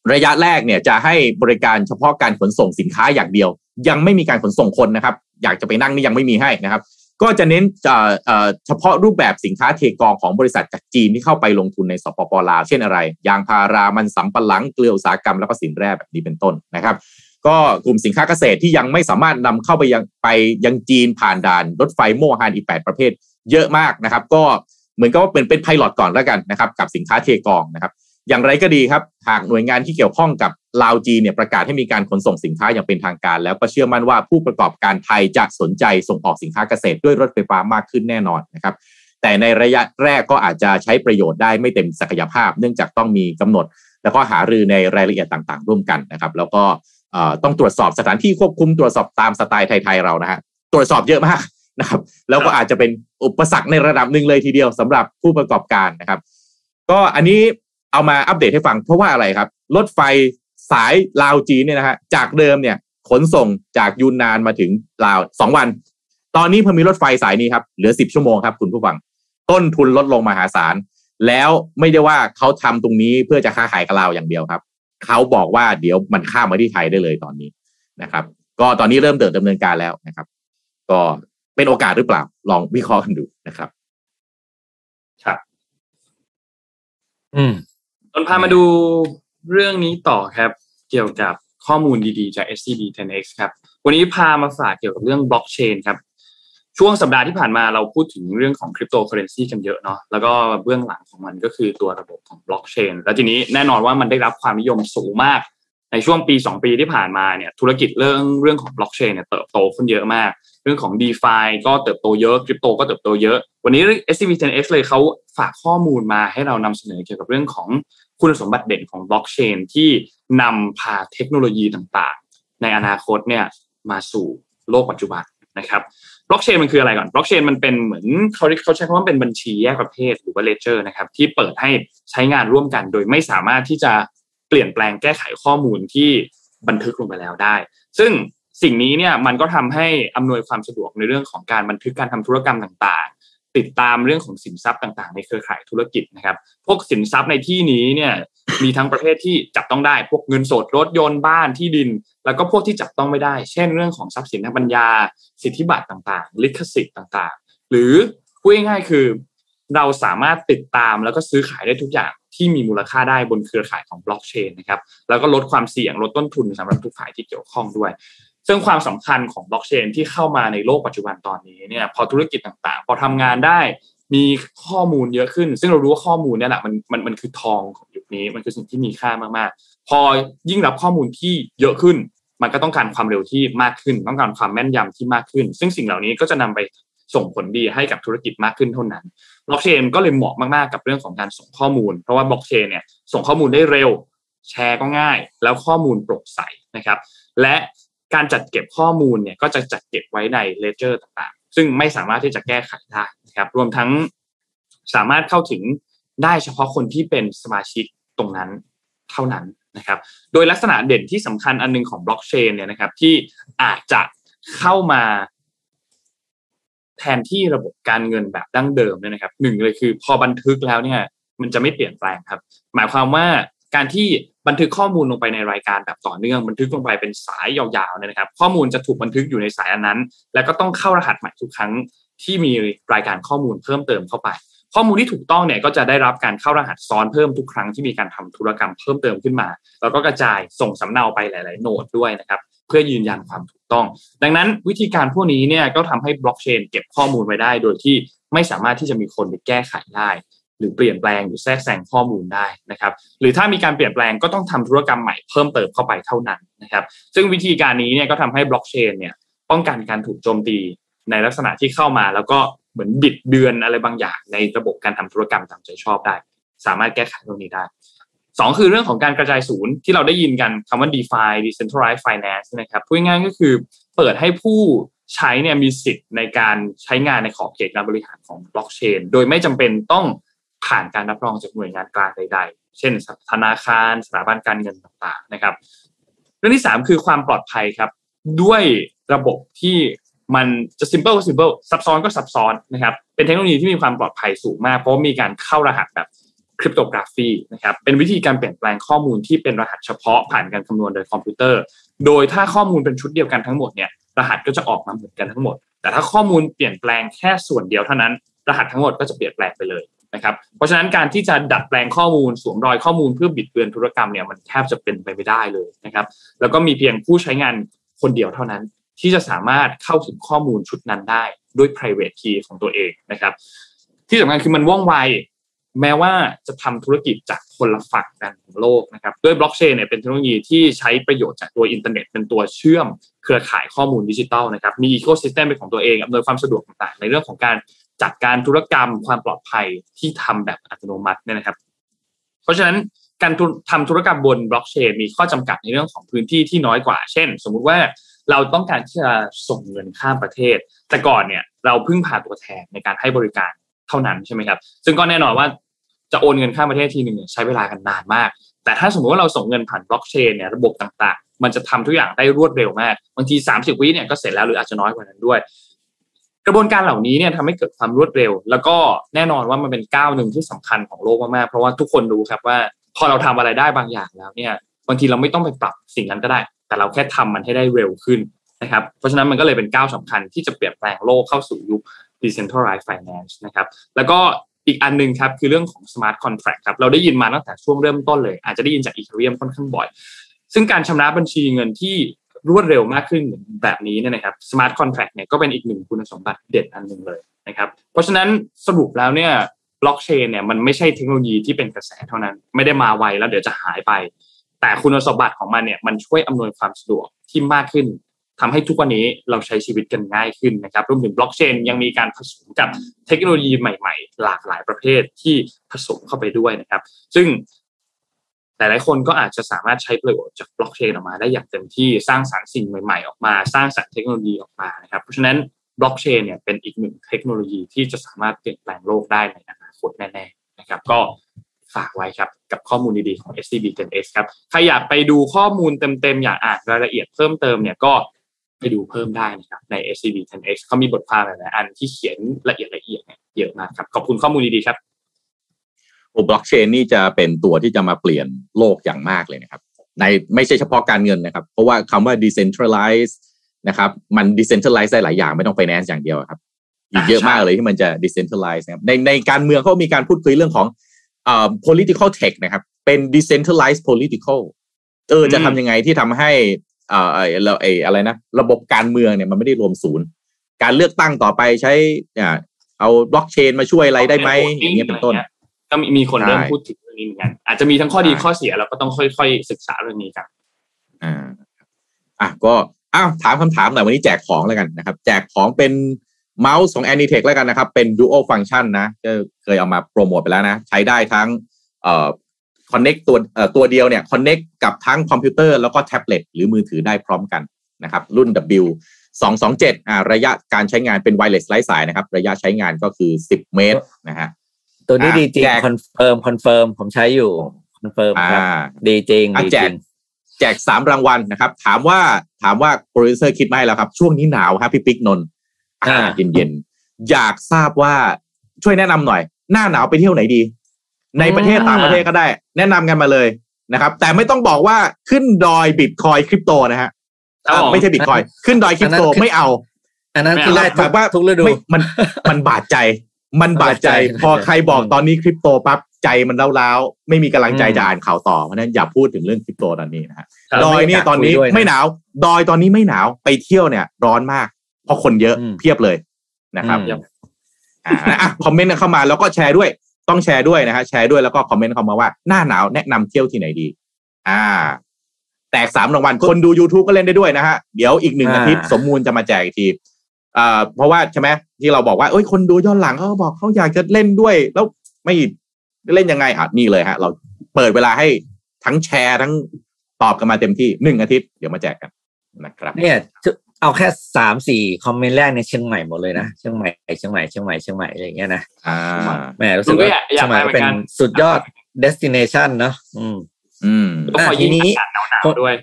ระยะแรกเนี่ยจะให้บริการเฉพาะการขนส่งสินค้าอย่างเดียวยังไม่มีการขนส่งคนนะครับอยากจะไปนั่งนี่ยังไม่มีให้นะครับก็จะเน้นเฉพาะรูปแบบสินค้าเทกองของบริษัทจากจีนที่เข้าไปลงทุนในสปป.ลาวเช่นอะไรยางพารามันสำปะหลังเกลืออุตสาหกรรมแล้วก็สินแร่แบบนี้เป็นต้นนะครับก็กลุ่มสินค้าเกษตรที่ยังไม่สามารถนำเข้าไปยังจีนผ่านด่านรถไฟโม่ฮันอีก8ประเภทเยอะมากนะครับก็เหมือนกับว่าเป็นไพลอตก่อนแล้วกันนะครับกับสินค้าเทกองนะครับอย่างไรก็ดีครับหากหน่วยงานที่เกี่ยวข้องกับลาวจีนเนี่ยประกาศให้มีการขนส่งสินค้าอย่างเป็นทางการแล้วก็เชื่อมั่นว่าผู้ประกอบการไทยจะสนใจส่งออกสินค้าเกษตรด้วยรถไฟฟ้ามากขึ้นแน่นอนนะครับแต่ในระยะแรกก็อาจจะใช้ประโยชน์ได้ไม่เต็มศักยภาพเนื่องจากต้องมีกำหนดแล้วก็หารือในรายละเอียดต่างๆร่วมกันนะครับแล้วก็ต้องตรวจสอบสถานที่ควบคุมตรวจสอบตามสไตล์ไทยๆเรานะฮะตรวจสอบเยอะมากนะครับแล้วก็อาจจะเป็นอุปสรรคในระดับหนึ่งเลยทีเดียวสำหรับผู้ประกอบการนะครับก็อันนี้เอามาอัปเดตให้ฟังเพราะว่าอะไรครับรถไฟสายลาวจีนเนี่ยนะฮะจากเดิมเนี่ยขนส่งจากยูนนานมาถึงลาว2วันตอนนี้พอมีรถไฟสายนี้ครับเหลือ10ชั่วโมงครับคุณผู้ฟังต้นทุนลดลงมหาศาลแล้วไม่ได้ว่าเขาทำตรงนี้เพื่อจะค้าขายกับลาวอย่างเดียวครับเขาบอกว่าเดี๋ยวมันข้ามมาที่ไทยได้เลยตอนนี้นะครับก็ตอนนี้เริ่มดำเนินการแล้วนะครับก็เป็นโอกาสหรือเปล่าลองวิเคราะห์กันดูนะครับครับต้นพามาดูเรื่องนี้ต่อครับเกี่ยวกับข้อมูลดีๆจาก SCB 10X ครับวันนี้พามาฝากเกี่ยวกับเรื่องบล็อกเชนครับช่วงสัปดาห์ที่ผ่านมาเราพูดถึงเรื่องของคริปโตเคอเรนซีกันเยอะเนาะแล้วก็เบื้องหลังของมันก็คือตัวระบบของบล็อกเชนแล้วทีนี้แน่นอนว่ามันได้รับความนิยมสูงมากในช่วงปี2ปีที่ผ่านมาเนี่ยธุรกิจเรื่องของบล็อกเชนเนี่ยเติบโตขึ้นเยอะมากเรื่องของ DeFi ก็เติบโตเยอะคริปโตก็เติบโตเยอะวันนี้ SCB 10X เลยเขาฝากข้อมูลมาให้เรานำเสนอเกี่ยวกับเรื่องของคุณสมบัติเด่นของบล็อกเชนที่นำพาเทคโนโลยีต่างๆในอนาคตเนี่ยมาสู่โลกปัจจุบันนะครับบล็อกเชนมันคืออะไรก่อนบล็อกเชนมันเป็นเหมือนเขาใช้คำว่าเป็นบัญชีแยกประเภทหรือว่าเลเจอร์นะครับที่เปิดให้ใช้งานร่วมกันโดยไม่สามารถที่จะเปลี่ยนแปลงแก้ไขข้อมูลที่บันทึกลงไปแล้วได้ซึ่งสิ่งนี้เนี่ยมันก็ทำให้อำนวยความสะดวกในเรื่องของการบันทึกการทำธุรกรรมต่างๆติดตามเรื่องของสินทรัพย์ต่างๆในเครือข่ายธุรกิจนะครับพวกสินทรัพย์ในที่นี้เนี่ยมีทั้งประเภทที่จับต้องได้พวกเงินสดรถยนต์บ้านที่ดินแล้วก็พวกที่จับต้องไม่ได้เช่นเรื่องของทรัพย์สินทางปัญญาสิทธิบัตรต่างๆลิขสิทธิ์ต่างๆหรือพูดง่ายๆคือเราสามารถติดตามแล้วก็ซื้อขายได้ทุกอย่างที่มีมูลค่าได้บนเครือข่ายของบล็อกเชนนะครับแล้วก็ลดความเสี่ยงลดต้นทุนสำหรับทุกฝ่ายที่เกี่ยวข้องด้วยซึ่งความสำคัญของบล็อกเชนที่เข้ามาในโลกปัจจุบันตอนนี้เนี่ยพอธุรกิจต่างๆพอทำงานได้มีข้อมูลเยอะขึ้นซึ่งเรารู้ว่าข้อมูลเนี่ยแหละมันคือทองของยุคนี้มันคือสิ่งที่มีค่ามากๆพอยิ่งรับข้อมูลที่เยอะขึ้นมันก็ต้องการความเร็วที่มากขึ้นต้องการความแม่นยำที่มากขึ้นซึ่งสิ่งเหล่านี้ก็จะนำไปส่งผลดีให้กับธุรกิจมากขึ้นเท่านั้นบล็อกเชนก็เลยเหมาะมากๆกับเรื่องของการส่งข้อมูลเพราะว่าบล็อกเชนเนี่ยส่งข้อมูลได้เร็วแชร์ก็ง่ายแล้วข้อมูลโปร่งใสนะครับและการจัดเก็บข้อมูลเนี่ยก็จะจัดเก็บไว้ในเลเจอร์ต่างๆซึ่งไม่สามารถที่จะแก้ไขได้นะครับรวมทั้งสามารถเข้าถึงได้เฉพาะคนที่เป็นสมาชิกตรงนั้นเท่านั้นนะครับโดยลักษณะเด่นที่สำคัญอันนึงของบล็อกเชนเนี่ยนะครับที่อาจจะเข้ามาแทนที่ระบบการเงินแบบดั้งเดิมเนี่ยนะครับหนึ่งเลยคือพอบันทึกแล้วเนี่ยมันจะไม่เปลี่ยนแปลงครับหมายความว่าการที่บันทึกข้อมูลลงไปในรายการแบบต่อเนื่องบันทึกลงไปเป็นสายยาวๆเนี่ยนะครับข้อมูลจะถูกบันทึกอยู่ในสายอันนั้นแล้วก็ต้องเข้ารหัสใหม่ทุกครั้งที่มีรายการข้อมูลเพิ่มเติมเข้าไปข้อมูลที่ถูกต้องเนี่ยก็จะได้รับการเข้ารหัสซ้อนเพิ่มทุกครั้งที่มีการทำธุรกรรมเพิ่มเติมขึ้นมาแล้วก็กระจายส่งสำเนาไปหลายๆโนดด้วยนะครับเพื่อยืนยันความถูกต้องดังนั้นวิธีการพวกนี้เนี่ยก็ทำให้บล็อกเชนเก็บข้อมูลไว้ได้โดยที่ไม่สามารถที่จะมีคนไปแก้ไขได้หรือเปลี่ยนแปลงหรือแทรกแซงข้อมูลได้นะครับหรือถ้ามีการเปลี่ยนแปลงก็ต้องทำธุรกรรมใหม่เพิ่มเติมเข้าไปเท่านั้นนะครับซึ่งวิธีการนี้เนี่ยก็ทำให้บล็อกเชนเนี่ยป้องกันการถูกโจมตีในลักษณะที่เข้ามาแล้วก็เหมือนบิดเบือนอะไรบางอย่างในระบบการทำธุรกรรมตามใจชอบได้สามารถแก้ไขตรงนี้ได้2คือเรื่องของการกระจายศูนย์ที่เราได้ยินกันคำว่า DeFi Decentralized Finance นะครับพูดง่ายๆก็คือเปิดให้ผู้ใช้เนี่ยมีสิทธิ์ในการใช้งานในขอบเขตการบริหารของบล็อกเชนโดยไม่จำเป็นต้องผ่านการรับรองจากหน่วยงานกลางใดๆเช่นธนาคารสถาบันการเงินต่างๆนะครับเรื่องที่3คือความปลอดภัยครับด้วยระบบที่มันจะ simple ซับซ้อนก็ซับซ้อนนะครับเป็นเทคโนโลยีที่มีความปลอดภัยสูงมากเพราะมีการเข้ารหัสแบบคริปโตกราฟีนะครับเป็นวิธีการเปลี่ยนแปลงข้อมูลที่เป็นรหัสเฉพาะผ่านการคำนวณโดยคอมพิวเตอร์โดยถ้าข้อมูลเป็นชุดเดียวกันทั้งหมดเนี่ยรหัสก็จะออกมาเหมือนกันทั้งหมดแต่ถ้าข้อมูลเปลี่ยนแปลงแค่ส่วนเดียวเท่านั้นรหัสทั้งหมดก็จะเปลี่ยนแปลงไปเลยนะครับเพราะฉะนั้นการที่จะดัดแปลงข้อมูลสวมรอยข้อมูลเพื่อบิดเบือนธุรกรรมเนี่ยมันแทบจะเป็นไปไม่ได้เลยนะครับแล้วก็มีเพียงผู้ใช้งานคนเดียวเท่านั้นที่จะสามารถเข้าถึงข้อมูลชุดนั้นได้ด้วย private key ของตัวเองนะครับที่สำคัญคือมันว่องไวแม้ว่าจะทำธุรกิจจากคนละฝั่งกันของโลกนะครับด้วยบล็อกเชนเนี่ยเป็นเทคโนโลยีที่ใช้ประโยชน์จากตัวอินเทอร์เน็ตเป็นตัวเชื่อมเครือข่ายข้อมูลดิจิทัลนะครับมีอีโคซิสเต็มเป็นของตัวเองอำนวยความสะดวกต่างๆในเรื่องของการจัดการธุรกรรมความปลอดภัยที่ทำแบบอัตโนมัติเนี่ยนะครับเพราะฉะนั้นการทำธุรกรรมบนบล็อกเชนมีข้อจำกัดในเรื่องของพื้นที่ที่น้อยกว่าเช่นสมมุติว่าเราต้องการที่จะส่งเงินข้ามประเทศแต่ก่อนเนี่ยเราพึ่งพาตัวแทนในการให้บริการเท่านั้นใช่ไหมครับซึ่งก็แน่นอนว่าจะโอนเงินข้ามประเทศทีนึงใช้เวลากันนานมากแต่ถ้าสมมติว่าเราส่งเงินผ่านบล็อกเชนเนี่ยระบบต่างๆมันจะทำทุกอย่างได้รวดเร็วมากบางที30วิเนี่ยก็เสร็จแล้วหรืออาจจะน้อยกว่านั้นด้วยกระบวนการเหล่านี้เนี่ยทำให้เกิดความรวดเร็วแล้วก็แน่นอนว่ามันเป็นก้าวหนึ่งที่สำคัญของโลกมากๆเพราะว่าทุกคนรู้ครับว่าพอเราทำอะไรได้บางอย่างแล้วเนี่ยบางทีเราไม่ต้องไปปรับสิ่งนั้นก็ได้แต่เราแค่ทำมันให้ได้เร็วขึ้นนะครับเพราะฉะนั้นมันก็เลยเป็นก้าวสำคัญที่จะเปลี่ยนแปลงโลกเข้าสู่ยุค decentralized finance นะครับแล้วก็อีกอันนึงครับคือเรื่องของ smart contract ครับเราได้ยินมาตั้งแต่ช่วงเริ่มต้นเลยอาจจะได้ยินจาก Ethereum ค่อนข้างบ่อยซึ่งการชำระบัญชีเงินที่รวดเร็วมากขึ้นแบบนี้เนี่ยนะครับ smart contract เนี่ยก็เป็นอีกหนึ่งคุณสมบัติเด่นอันนึงเลยนะครับเพราะฉะนั้นสรุปแล้วเนี่ยบล็อกเชนเนี่ยมันไม่ใช่เทคโนโลยีที่เป็นกระแสเท่านั้นไม่ได้มาไวแล้วเดี๋ยวจะหายไปแต่คุณสมบัติของมันเนี่ยมันช่วยอำนวยความสะดวกที่มากขึ้นทำให้ทุกวันนี้เราใช้ชีวิตกันง่ายขึ้นนะครับรวมถึงบล็อกเชนยังมีการผสมกับเทคโนโลยีใหม่ๆหลากหลายประเภทที่ผสมเข้าไปด้วยนะครับซึ่งหลายๆคนก็อาจจะสามารถใช้ประโยชน์จากบล็อกเชนออกมาได้อย่างเต็มที่สร้างสรรค์สิ่งใหม่ๆออกมาสร้างสรรค์เทคโนโลยีออกมานะครับเพราะฉะนั้นบล็อกเชนเนี่ยเป็นอีกหนึ่งเทคโนโลยีที่จะสามารถเปลี่ยนแปลงโลกได้ในอนาคตแน่ๆนะครับก็ฝากไว้ครับกับข้อมูลดีๆของ SCB 10X ครับใครอยากไปดูข้อมูลเต็มๆอยากอ่านรายละเอียดเพิ่มเติมเนี่ยก็ไปดูเพิ่มได้นะครับใน SCB 10X เขามีบทความหลายๆอันที่เขียนละเอียดเนี่ยเยอะมากครับขอบคุณข้อมูลดีๆครับบล็อกเชนนี่จะเป็นตัวที่จะมาเปลี่ยนโลกอย่างมากเลยนะครับในไม่ใช่เฉพาะการเงินนะครับเพราะว่าคำว่า decentralize นะครับมัน decentralize ได้หลายอย่างไม่ต้อง finance อย่างเดียวครับอีกเยอะมากเลยที่มันจะ decentralize นะครับในการเมืองเขามีการพูดคุยเรื่องของpolitical tech นะครับเป็น decentralized political จะทำยังไงที่ทำให้อะไรนะระบบการเมืองเนี่ยมันไม่ได้รวมศูนย์การเลือกตั้งต่อไปใช้เอาบล็อกเชนมาช่วยอะไรได้ไหมอย่างเงี้ยเป็นต้นก็มีคนเริ่มพูดถึงเรื่องนี้เหมือนกันอาจจะมีทั้งข้อดีข้อเสียเราก็ต้องค่อยๆศึกษาเรื่องนี้กันก็ถามคำถามหน่อยวันนี้แจกของแล้วกันนะครับแจกของเป็นเมาส์ของ Anitech แล้วกันนะครับเป็น Dual Function นะก็เคยเอามาโปรโมทไปแล้วนะใช้ได้ทั้งconnect ตัวเดียวเนี่ย connect กับทั้งคอมพิวเตอร์แล้วก็แท็บเล็ตหรือมือถือได้พร้อมกันนะครับรุ่น W227ระยะการใช้งานเป็น wireless ไร้สายนะครับระยะใช้งานก็คือ10 เมตรนะฮะตัวนี้ดีจริงคอนเฟิร์มผมใช้อยู่คอนเฟิร์มครับดีจริงแจก3รางวัลนะครับถามว่าโปรดิวเซอร์คิดมาให้แล้วครับช่วงนี้หนาวครับพี่ปิ๊กนนท์เย็นๆอยากทราบว่าช่วยแนะนำหน่อยหน้าหนาวไปเที่ยวไหนดีในประเทศต่างประเทศก็ได้แนะนำกันมาเลยนะครับแต่ไม่ต้องบอกว่าขึ้นดอยบิตคอยคริปโตนะฮะไม่ใช่บิตคอยขึ้นดอยคริปโตไม่เอาอันนั้นคือได้แบบว่าทุกฤดูมันบาดใจพอใครบอกตอนนี้คริปโตปั๊บใจมันเล้าๆไม่มีกำลังใจจะอ่านข่าวต่อเพราะนั้นอย่าพูดถึงเรื่องคริปโตตอนนี้นะฮะดอยนี่ตอนนี้ไม่หนาวดอยตอนนี้ไม่หนาวไปเที่ยวเนี่ยร้อนมากเพราะคนเยอะเพียบเลยนะครับคอมเมนต์เข้ามาแล้วก็แชร์ด้วยต้องแชร์ด้วยนะฮะแชร์ด้วยแล้วก็คอมเมนต์เข้ามาว่าหน้าหนาวแนะนำเที่ยวที่ไหนดีแตก3รางวัลคนดู YouTube ก็เล่นได้ด้วยนะฮะเดี๋ยวอีก1อาทิตย์สมมูลจะมาแจกอีกทีเพราะว่าใช่ไหมที่เราบอกว่าคนดูย้อนหลังเขาบอกเขาอยากจะเล่นด้วยแล้วไม่เล่นยังไงนี่เลยฮะเราเปิดเวลาให้ทั้งแชร์ทั้งตอบกันมาเต็มที่1อาทิตย์เดี๋ยวมาแจกกันนะครับเนี่ยเอาแค่ 3-4 คอมเมนต์แรกในเชียงใหม่หมดเลยนะเชียงใหม่อะไรอย่างเงี้ยนะแหมรู้สึกว่าเชียงใหม่เป็นสุดยอด destination เนาะทีนี้หนาวด้วย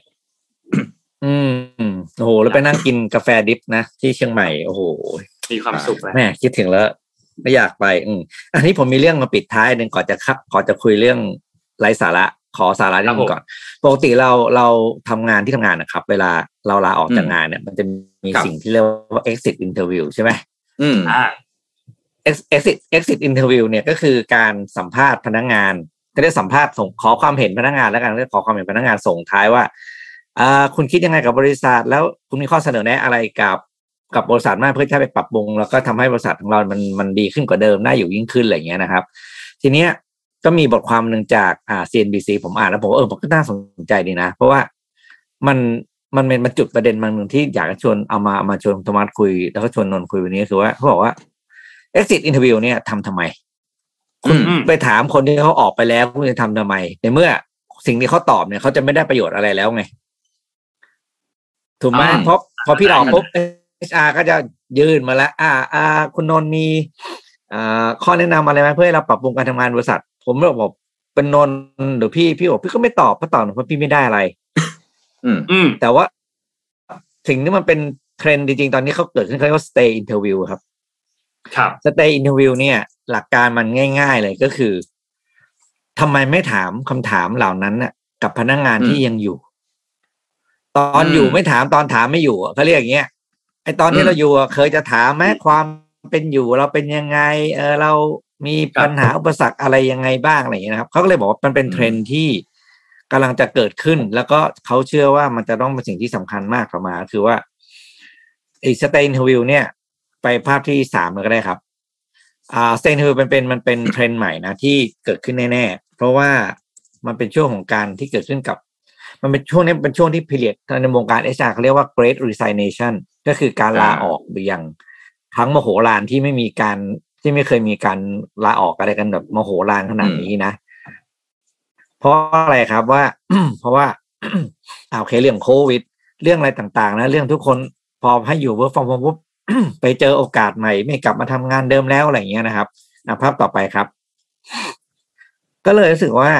โอ้โหแล้วไปนั่งกินกาแฟดิฟนะที่เชียงใหม่โอ้โหมีความสุขเลยแม่คิดถึงแล้วไม่อยากไปอันนี้ผมมีเรื่องมาปิดท้ายนึงก่อนจะคุยเรื่องไร้สาระขอสาระนิดนึงก่อนปกติเราทำงานที่ทำงานนะครับเวลาเราลาออกจากงานเนี่ยมันจะมีสิ่งที่เรียกว่า exit interview ใช่ไหมexit interview เนี่ยก็คือการสัมภาษณ์พนักงานก็ได้สัมภาษณ์ส่งขอความเห็นพนักงานแล้วกันก็ขอความเห็นพนักงานส่งท้ายว่าคุณคิดยังไงกับบริษัทแล้วคุณมีข้อเสนอแนะอะไรกับบริษัทมากเพื่อที่จะไปปรับปรุงแล้วก็ทำให้บริษัทของเรามันดีขึ้นกว่าเดิมน่าอยู่ยิ่งขึ้นอะไรอย่างเงี้ยนะครับทีเนี้ยก็มีบทความนึงจากCNBC ผมอ่านแล้วผมมันก็น่าสนใจดีนะเพราะว่ามันเป็นจุดประเด็นบางนึงที่อยากจะชวนเอามาชวนโทมัสคุยแล้วก็ชวนนนท์คุยวันนี้คือว่าเขาบอกว่า exit interview เนี่ยทำไมคุณไปถามคนที่เขาออกไปแล้วคุณจะทำไมในเมื่อสิ่งที่เขาตอบเนี่ยเขาจะไม่ได้ประโยชน์อะไรแล้วไงถูกไหมเพราะพอพี่ออกปุ๊บ HR ก็จะยื่นมาแล้วคุณนนท์มีข้อแนะนำอะไรไหมเพื่อให้เราปรับปรุงการทำงานบริษัทผมบอกเป็นนนท์หรือพี่บอกพี่ก็ไม่ตอบเพราะพี่ไม่ได้อะไรแต่ว่าสิ่งที่มันเป็นเทรนด์จริงๆตอนนี้เขาเกิดขึ้นเขาเรียกว่า stay interview ครับ stay interview เนี่ยหลักการมันง่ายๆเลยก็คือทำไมไม่ถามคำถามเหล่านั้นน่ะกับพนักงานที่ยังอยู่ตอนอยู่ไม่ถามตอนถามไม่อยู่เขาเรียกอย่างเงี้ยไอตอนที่เราอยู่เคยจะถามไหมความเป็นอยู่เราเป็นยังไงเรามีปัญหาอุปสรรคอะไรยังไงบ้างอะไรอย่างเงี้ยนะครับเขาก็เลยบอกว่ามันเป็นเทรนด์ที่กำลังจะเกิดขึ้นแล้วก็เขาเชื่อว่ามันจะต้องเป็นสิ่งที่สำคัญมากต่อมาคือว่าไอ้ stay interview เนี่ยไปภาพที่3เลยก็ได้ครับstay interview มันเป็นเทรนด์ใหม่นะที่เกิดขึ้นแน่ๆเพราะว่ามันเป็นช่วงของการที่เกิดขึ้นกับมันเป็นช่วงนี้เป็นช่วงที่ period ในวงการ HR เขาเรียกว่า Great Resignation ก็คือการลาออกอย่างทั้งมโหฬารที่ไม่เคยมีการลาออกอะไรกันแบบมโหฬารขนาดนี้นะเพราะอะไรครับว่า เพราะว่าโอเคเรื่องโควิดเรื่องอะไรต่างๆนะเรื่องทุกคนพอให้อยู่ work from home ปุ๊บ ไปเจอโอกาสใหม่ไม่กลับมาทำงานเดิมแล้วอะไรอย่างเงี้ยนะครับภาพต่อไปครับก็เลยรู้สึกว่า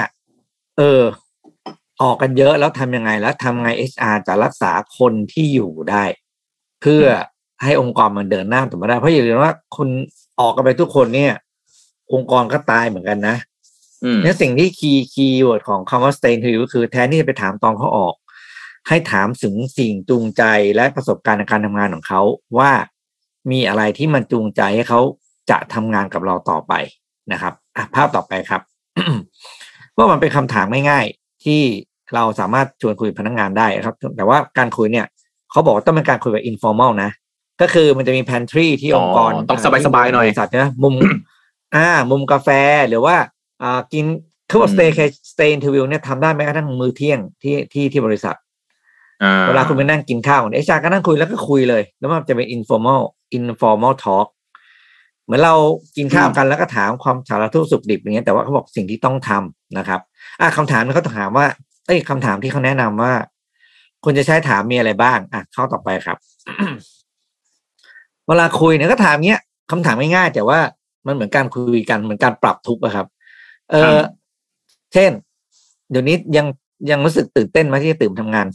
ออกกันเยอะแล้วทำยังไงแล้วทำไง HR จะรักษาคนที่อยู่ได้เพื่อให้องค์กรมันเดินหน้าต่อมาได้เพราะอย่าลืมว่าคุณออกกันไปทุกคนเนี่ยองค์กรก็ตายเหมือนกันนะเนี่ยสิ่งที่คีย์เวิร์ดของคำว่า stay interview ก็คือแทนที่จะไปถามตอนเขาออกให้ถามถึงสิ่งจูงใจและประสบการณ์ในการทำงานของเขาว่ามีอะไรที่มันจูงใจให้เขาจะทำงานกับเราต่อไปนะครับภาพต่อไปครับ ว่ามันเป็นคำถามง่ายๆที่เราสามารถชวนคุยพนักงานได้ครับแต่ว่าการคุยเนี่ยเขาบอกว่าต้องเป็นการคุยแบบ informal นะก็คือมันจะมี pantry ที่องค์กรต้องสบายๆหน่อยสัตว์นะมุมกาแฟหรือว่ากินเขาบอก stay interview เนี่ยทำได้แม้กระทั่งมื้อเที่ยงที่บริษัทเวลาคุณไปนั่งกินข้าวเนี่ยHRก็นั่งคุยแล้วก็คุยเลยแล้วมันจะเป็น informal talk เหมือนเรากินข้าวกันแล้วก็ถามความสารทุกข์สุขดิบอย่างเงี้ยแต่ว่าเขาบอกสิ่งที่ต้องทำนะครับคำถามเขาถามว่าคำถามที่เขาแนะนำว่าคุณจะใช้ถามมีอะไรบ้างเข้าต่อไปครับ เวลาคุยเนี่ยก็ถามเงี้ยคำถามง่ายๆแต่ว่ามันเหมือนการคุยกันเหมือนการปรับทุกข์ครับเช่นเดี๋ยวนี้ยังรู้สึกตื่นเต้นไหมที่จะตื่นทำงาน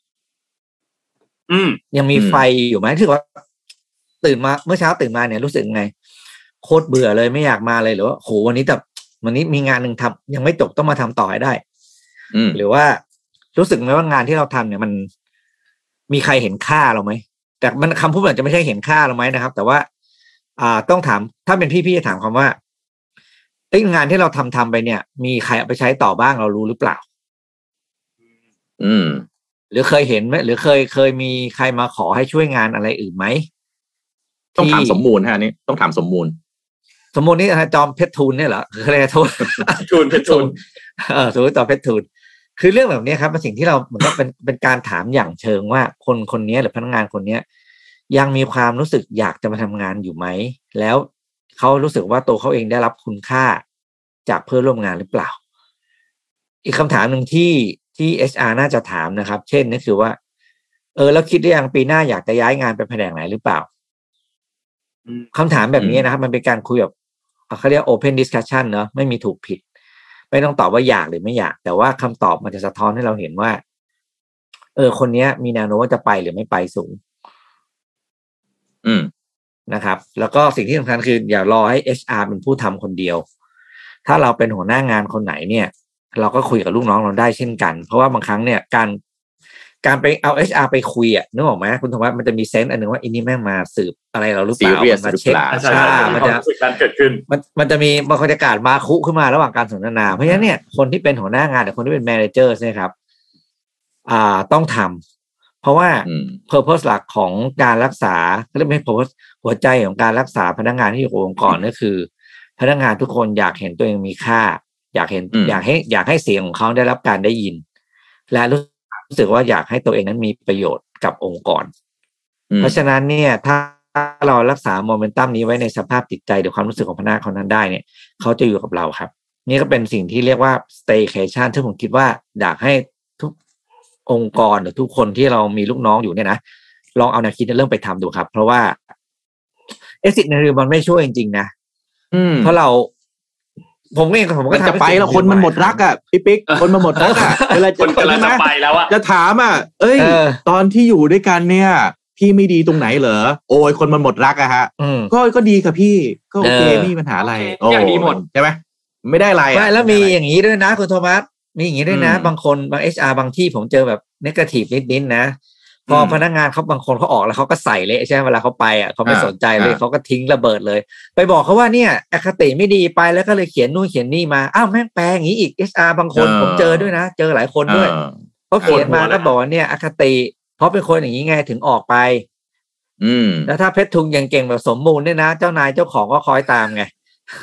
ยังมีไฟอยู่ไหมที่ว่าตื่นมาเมื่อเช้าตื่นมาเนี่ยรู้สึกไงโคตรเบื่อเลยไม่อยากมาเลยหรือว่าโหวันนี้มีงานหนึ่งทำยังไม่จบต้องมาทำต่อให้ได้หรือว่ารู้สึกไหมว่างานที่เราทำเนี่ยมันมีใครเห็นค่าเราไหมแต่มันคำพูดอาจจะไม่ใช่เห็นค่าเราไหมนะครับแต่ว่าต้องถามถ้าเป็นพี่จะถามคำว่างานที่เราทำไปเนี่ยมีใครเอาไปใช้ต่อบ้างเรารู้หรือเปล่าหรือเคยเห็นไหมหรือเคยมีใครมาขอให้ช่วยงานอะไรอื่นไหมต้องถามสมมูลฮะนี่ต้องถามสมมูลนี่จอมเพชรทูลเนี่ยเหรออะไรโทษเพชรทูลสมมติจอมเพชรทูลคือเรื่องแบบนี้ครับเป็นสิ่งที่เราเหมือนกับเป็นการถามอย่างเชิงว่าคนนี้หรือพนักงานคนนี้ยังมีความรู้สึกอยากจะมาทำงานอยู่ไหมแล้วเขารู้สึกว่าตัวเขาเองได้รับคุณค่าจากเพื่อนร่วมงานหรือเปล่าอีกคำถามหนึ่งที่ HR น่าจะถามนะครับเช่นนั่นคือว่าแล้วคิดหรือยังปีหน้าอยากจะย้ายงานไปแผนกไหนหรือเปล่าคำถามแบบนี้นะครับมันเป็นการคุยแบบเขาเรียก open discussion เนอะไม่มีถูกผิดไม่ต้องตอบว่าอยากหรือไม่อยากแต่ว่าคำตอบมันจะสะท้อนให้เราเห็นว่าคนนี้มีแนวโน้มว่าจะไปหรือไม่ไปสูงนะครับแล้วก็สิ่งที่สำคัญคืออย่ารอให้ HR เป็นผู้ทำคนเดียวถ้าเราเป็นหัวหน้างานคนไหนเนี่ยเราก็คุยกับลูกน้องเราได้เช่นกันเพราะว่าบางครั้งเนี่ยการไปเอา HR ไปคุยอ่ะนึกออกไหมคุณธวัฒน์มันจะมีเซนส์อันนึงว่าอินนี่แม่งมาสืบอะไรเราหรือเปล่ามาเช็คใช่มันจะการเกิดขึ้นมันจะมีบรรยากาศมาคุขึ้นมาระหว่างการสนทนาเพราะฉะนั้นเนี่ยคนที่เป็นหัวหน้างานหรือคนที่เป็นแมเนเจอร์เนี่ยครับต้องทำเพราะว่า purpose หลักของการรักษาเรียกไม่ purpose หัวใจของการรักษาพนักงานที่อยู่องค์กรก็คือพนักงานทุกคนอยากเห็นตัวเองมีค่าอยากให้เสียงของเขาได้รับการได้ยินและรู้สึกว่าอยากให้ตัวเองนั้นมีประโยชน์กับองค์กรเพราะฉะนั้นเนี่ยถ้าเรารักษาโมเมนตัมนี้ไว้ในสภาพจิตใจหรือความรู้สึกของพนักงานคนนั้นได้เนี่ยเขาจะอยู่กับเราครับนี่ก็เป็นสิ่งที่เรียกว่า staycation ที่ผมคิดว่าอยากให้ทุกองค์กรหรือทุกคนที่เรามีลูกน้องอยู่เนี่ยนะลองเอาแนวคิดเริ่มไปทำดูครับเพราะว่า exit ในเรื่องมันไม่ช่วยจริงๆนะเพราะผมก็จะไปแล้วคนมันหมดรักอ่ะพี่ปิ๊กคนมันหมดรักอ่ะเวลาคนกำลังจะไปแล้วอ่ะจะถามอ่ะเอ้ยตอนที่อยู่ด้วยกันเนี่ยพี่ไม่ดีตรงไหนเหรอโอ้ยคนมันหมดรักอะฮะก็ดีค่ะพี่ก็โอเคไม่มีปัญหาอะไรอย่างดีหมดใช่ไหมไม่ได้อะไรไม่แล้วมีอย่างนี้ด้วยนะคุณโทมัสมีอย่างนี้ด้วยนะบางคนบาง HR บางที่ผมเจอแบบเนกาทีฟนิดๆนะพอพนักงานเขาบางคนเขาออกแล้วเขาก็ใส่เลยใช่ไหมเวลาเขาไปอ่ะเขาไม่สนใจเลยเขาก็ทิ้งระเบิดเลยไปบอกเขาว่าเนี่ยอคติไม่ดีไปแล้วก็เลยเขียนนู่นเขียนนี่มาอ้าวแม่งแปลอย่างนี้อีก HR บางคนผมเจอด้วยนะเจอหลายคนด้วยเขาเขียนมาก็บอกว่าเนี่ยอคติเพราะเป็นคนอย่างนี้ไงถึงออกไปแล้วถ้าเพชรทุงยังเก่งแบบสมบูรณ์เนี่ยนะเจ้านายเจ้าของก็คอยตามไง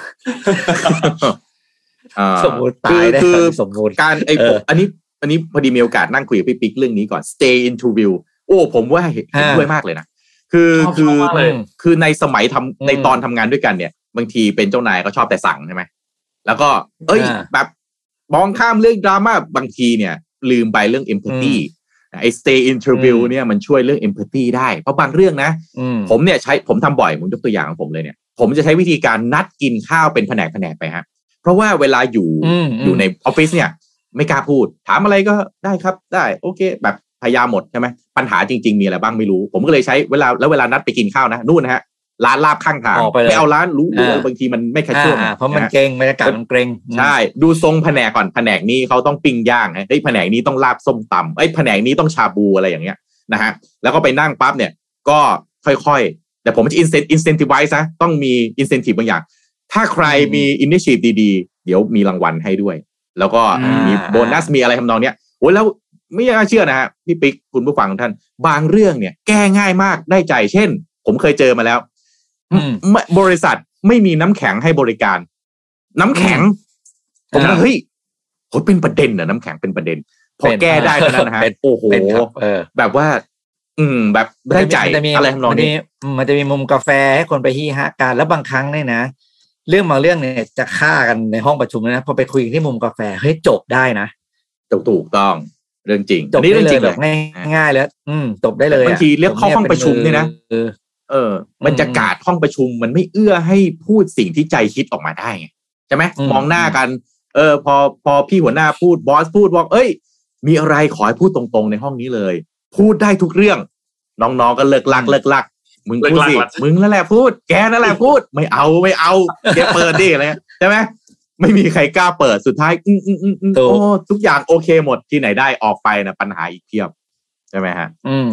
สมบูรณ์ตายได้สมบูรณ์การอันนี้พอดีมีโอกาสนั่งคุยกับพี่ปิ๊กเรื่องนี้ก่อน stay interview โอ้ผมว่าเห็นด้วยมากเลยนะคือในสมัยในตอนทำงานด้วยกันเนี่ยบางทีเป็นเจ้านายก็ชอบแต่สั่งใช่ไหมแล้วก็แบบมองข้ามเรื่องดราม่าบางทีเนี่ยลืมไปเรื่อง empathy ไอ้ stay interview เนี่ยมันช่วยเรื่อง empathy ได้เพราะบางเรื่องนะผมทำบ่อยผมยกตัวอย่างของผมเลยเนี่ยผมจะใช้วิธีการนัดกินข้าวเป็นแผนกไปฮะเพราะว่าเวลาอยู่ในออฟฟิศเนี่ยไม่กล้าพูดถามอะไรก็ได้ครับได้โอเคแบบพยายามหมดใช่ไหมปัญหาจริงๆมีอะไรบ้างไม่รู้ผมก็เลยใช้เวลานัดไปกินข้าวนะนู่นนะฮะร้านลาบข้างทางไม่เอาร้านรู้บางทีมันไม่แคชชวลเพราะมันเกรงบรรยากาศมันเกรงใช่ดูทรงแผนกก่อนแผนกนี้เขาต้องปิ้งย่างไอ้แผนกนี้ต้องลาบส้มตำไอ้แผนกนี้ต้องชาบูอะไรอย่างเงี้ยนะฮะแล้วก็ไปนั่งปั๊บเนี่ยก็ค่อยๆแต่ผมจะ incentivize นะต้องมี incentive บางอย่างถ้าใครมี initiative ดีๆเดี๋ยวมีรางวัลให้ด้วยแล้วก็มีโบนัสมีอะไรทำนองเนี้ยโอ้แล้วไม่น่าเชื่อนะฮะพี่ปิ๊กคุณผู้ฟังท่านบางเรื่องเนี่ยแก้ง่ายมากได้ใจเช่นผมเคยเจอมาแล้วบริษัทไม่มีน้ำแข็งให้บริการน้ำแข็งผมว่าเฮ้ยเป็นประเด็นเหรอน้ำแข็งเป็นประเด็นพอแก้ได้แล้วนะฮะโอ้โหแบบว่าแบบได้ใจอะไรทำนองนี้มันจะมีมุมกาแฟให้คนไปฮี่ฮะกันแล้วบางครั้งเนี่ยนะเรื่องบางเรื่องเนี่ยจะฆ่ากันในห้องประชุมนะพอไปคุยที่มุมกาแฟเฮ้ยจบได้นะถูกต้องเรื่องจริงจบได้เลยแบบง่ายๆแล้วจบได้เลยบางทีเรียกเข้าห้องประชุมเนี่ยนะบรรยากาศห้องประชุมมันไม่เอื้อให้พูดสิ่งที่ใจคิดออกมาได้ไงใช่ไหมมองหน้ากันพอพี่หัวหน้าพูดบอสพูดบอกเอ้ยมีอะไรขอให้พูดตรงๆในห้องนี้เลยพูดได้ทุกเรื่องน้องๆก็เลิกลักมึงพูดสิมึงนั่นแหละพูดแกนั่นแหละพูดไม่เอาแกเปิดดิอะไรใช่ไหมไม่มีใครกล้าเปิดสุดท้ายโอ้ทุกอย่างโอเคหมดที่ไหนได้ออกไปนะปัญหาอีกเพียบใช่ไหมฮะ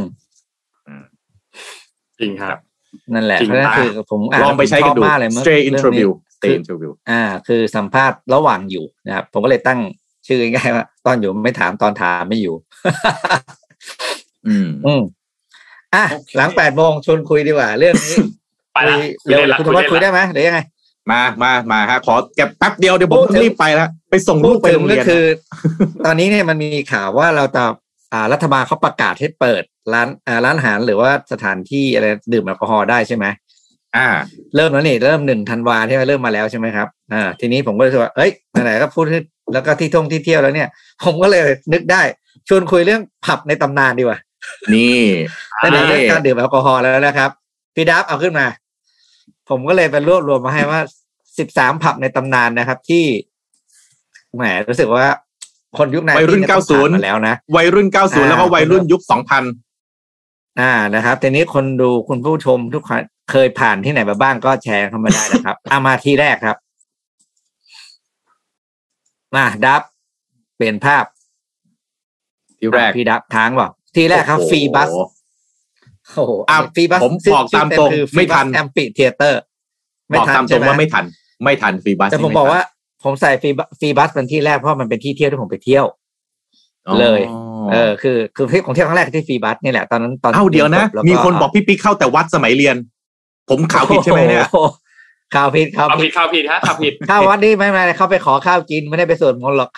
จริงครับนั่นแหละเพราะนั่นคือผมลองไปใช้กันดู stay interview คือสัมภาษณ์ระหว่างอยู่นะครับผมก็เลยตั้งชื่อง่ายๆว่าตอนอยู่ไม่ถามตอนถามไม่อยู่หลัง 8 โมงชวนคุยดีกว่าเรื่องนี้ไปแล้วคุณธวัฒน์คุยได้ไหมหรือยังไงมาฮะขอแก็บแป๊บเดียวเดี๋ยวผมต้องรีบไปแล้วไปส่งลูกไปโรงเรียนก็คือตอนนี้เนี่ยมันมีข่าวว่าเราจะรัฐบาลเขาประกาศให้เปิดร้านอาหารหรือว่าสถานที่อะไรดื่มแอลกอฮอล์ได้ใช่ไหมเริ่มแล้วนี่เริ่ม1 ธันวาใช่ไหมเริ่มมาแล้วใช่ไหมครับทีนี้ผมก็เลยคิดว่าเอ้ยไหนๆก็พูดแล้วก็ที่เที่ยวแล้วเนี่ยผมก็เลยนึกได้ชวนคุยเรื่องผับในตำนานดีกว่านี่ในเรื่องการดื่มแอลกอฮอล์แล้วนะครับพี่ดับเอาขึ้นมาผมก็เลยไปรวบรวมมาให้ว่า13 ผับในตำนานนะครับที่แหมรู้สึกว่าคนยุคนั้นวัยรุ่น90 มาแล้วนะวัยรุ่น90แล้วก็วัยรุ่นยุค2000 นะครับทีนี้คนดูคุณผู้ชมทุกคนเคยผ่านที่ไหนมาบ้างก็แชร์เข้ามาได้นะครับ มาที่แรกครับมาดับเปลี่ยนภาพที่แรกพี่ดับค้างบอกที่แรกครับฟรีบัสโอ้โหฟรีบัสผมบอกตามตรงไม่ทันแอมปิเทเตอร์บอกตามตรงว่าไม่ทันฟรีบัสแต่ผมบอกว่าผมใส่ฟรีบัสเป็นที่แรกเพราะมันเป็นที่เที่ยวที่ผมไปเที่ยวเลยคือของเที่ยวครั้งแรกที่ฟรีบัสนี่แหละตอนนั้นเดี๋ยวนะมีคนบอกพี่ปิ๊กเข้าแต่วัดสมัยเรียนผมข่าวผิดใช่ไหมเนี่ยข่าวผิดฮะข่าวผิดข้าววัดนี่ไม่เขาไปขอข้าวกินไม่ได้ไปสวดมนต์หรอก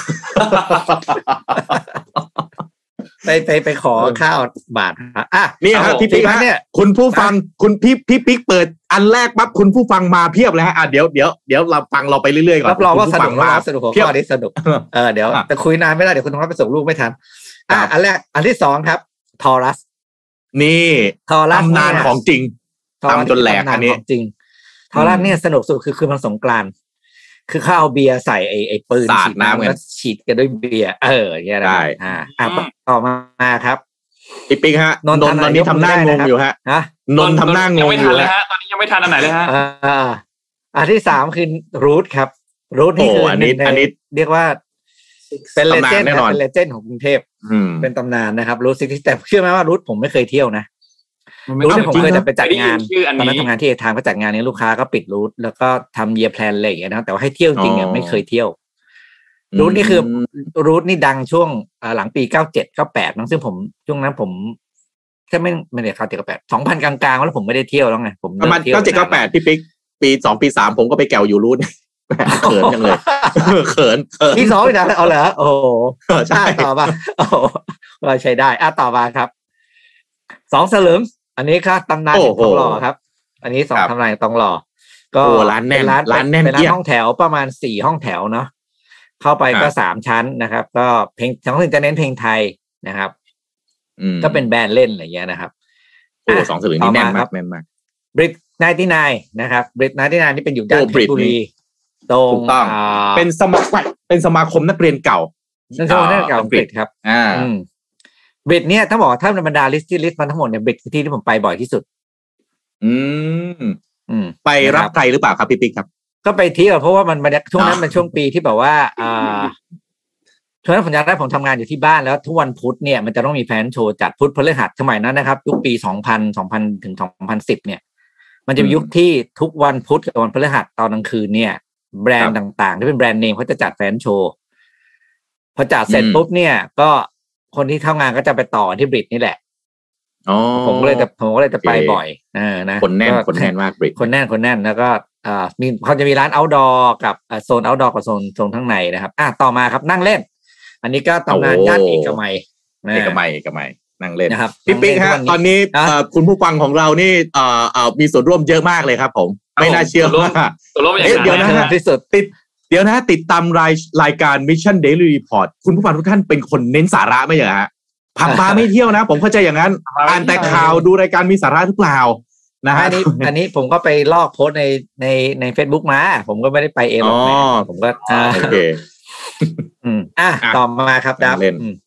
ไปขอข้าวบาทนี่ครับพี่ปิ๊กเนี่ยคุณผู้ฟังคุณพี่ปิ๊กเปิดอันแรกปั๊บคุณผู้ฟังมาเพียบเลยฮะเดี๋ยวเราฟังเราไปเรื่อยๆก่อนรับรองว่าสนุกมากสนุกหัวข้อนี้สนุกเดี๋ยวแต่คุยนานไม่ได้เดี๋ยวคุณต้องไปส่งลูกไม่ทันอันแรกอันที่สองครับทอรัสนี่ตำนานของจริงทำจนแหลกอันนี้จริงทอรัสเนี่ยสนุกสุดคือมันสงกรานต์คือข้าวเบียร์ใส่ไอ้ปืนฉีดน้ำแล้วฉีดกันด้วยเบียร์อย่างเงี้ยได้ต่อมาครับพี่ปิ๊กฮะนนท์ตอนนี้ทำหน้างงอยู่ฮะนนท์ทำหน้างงอยู่ฮะตอนนี้ยังไม่ทันอันไหนเลยฮะอันที่สามคือรูทครับรูทนี่คืออันนี้เรียกว่าเป็นเลเจนด์เป็นเลเจนด์ของกรุงเทพเป็นตำนานนะครับรูทซิตี้แต่เชื่อไหมว่ารูทผมไม่เคยเที่ยวนะรูทที่ผมเคยแต่ไปจัดงานตอนนั้นทำงานที่ทางก็จัดงานนี้ลูกค้าก็ปิดรูทแล้วก็ทำเยียร์แพลนอะไรอย่างเงี้ยนะแต่ว่าให้เที่ยวจริงเนี่ยไม่เคยเที่ยวรูทนี่คือรูทนี่ดังช่วงหลังปี97 98ซึ่งผมช่วงนั้นผมแค่ไม่ได้เข้า97 2000กลางๆแล้วผมไม่ได้เที่ยวแล้วไงผมประมาณ97 98พี่ปิ๊กปี2ปี3ผมก็ไปแกวอยู่รูทเขินจังเลยเขินปี2อีกนะเอาเหรอโอ้ใช่ต่อมาโอ้เราใช้ได้ต่อมาครับ2 สลึงอันนี้ครับตำนานทองหล่อครับอันนี้2ตำนานทองหล่อก็ร้านแน่นเป็นร้านห้องแถวประมาณ4ห้องแถวเนาะเข้าไปก็3ชั้นนะครับก็เพลงทั้งจะเน้นเพลงไทยนะครับก็เป็นแบรนด์เล่นอะไรเงี้ยนะครับ 2 สลึงนี่แน่นมาก Brit 99นะครับBrit 99นี่เป็นอยู่ด้านเพชรบุรีตรงเป็นสมาคมนักเรียนเก่าเป็นสมาคมนักเรียนเก่าอังกฤษครับBrit เนี่ยถ้าบอกถ้าในบรรดาลิสต์มันทั้งหมดเนี่ยBritคือที่ผมไปบ่อยที่สุดไปรับใครหรือเปล่าครับพี่ปิ๊กครับก็ไปเที่ยวเพราะว่ามันช่วงนั้นเป็นช่วงปีที่แบบว่าช่วงนั้นผมจำได้ผมทำงานอยู่ที่บ้านแล้วทุกวันพุธเนี่ยมันจะต้องมีแฟนโชว์จัดพุธพฤหัสสมัยนั้นนะครับยุคปี2000ถึง2010เนี่ยมันจะมียุคที่ทุกวันพุธกับวันพฤหัสตอนกลางคืนเนี่ยแบรนด์ต่างๆที่เป็นแบรนด์เนมเขาจะจัดแฟนโชว์พอจัดเสร็จปุ๊บเนี่ยก็คนที่ทำงานก็จะไปต่อที่บริตนี่แหละผมก็เลยจะไปบ่อยนะคนแน่นมากบริตคนแน่นแล้วก็มีเขาจะมีร้าน outdoor กับโซน outdoor กับโซนข้างในนะครับต่อมาครับนั่งเล่นอันนี้ก็ตำนานย่านเอกมัยนั่งเล่นนะครับพี่ปิ๊กฮะตอนนี้คุณผู้ฟังของเรานี่มีส่วนร่วมเยอะมากเลยครับผมไม่น่าเชื่อว่าเดี๋ยวนะที่สุดติดตามรายการ Mission Daily Report คุณผู้ฟังทุกท่านเป็นคนเน้นสาระไม่ใช่เหรอฮะผับบาร์ไม่เที่ยวนะผมเข้าใจอย่างนั้นอ่านแต่ข่าวดูรายการมีสาระหรือเปล่านะฮะอันนี้ผมก็ไปลอกโพสใน Facebook มาผมก็ไม่ได้ไปเองหรอกผมก็โอเคต่อมาครับดับ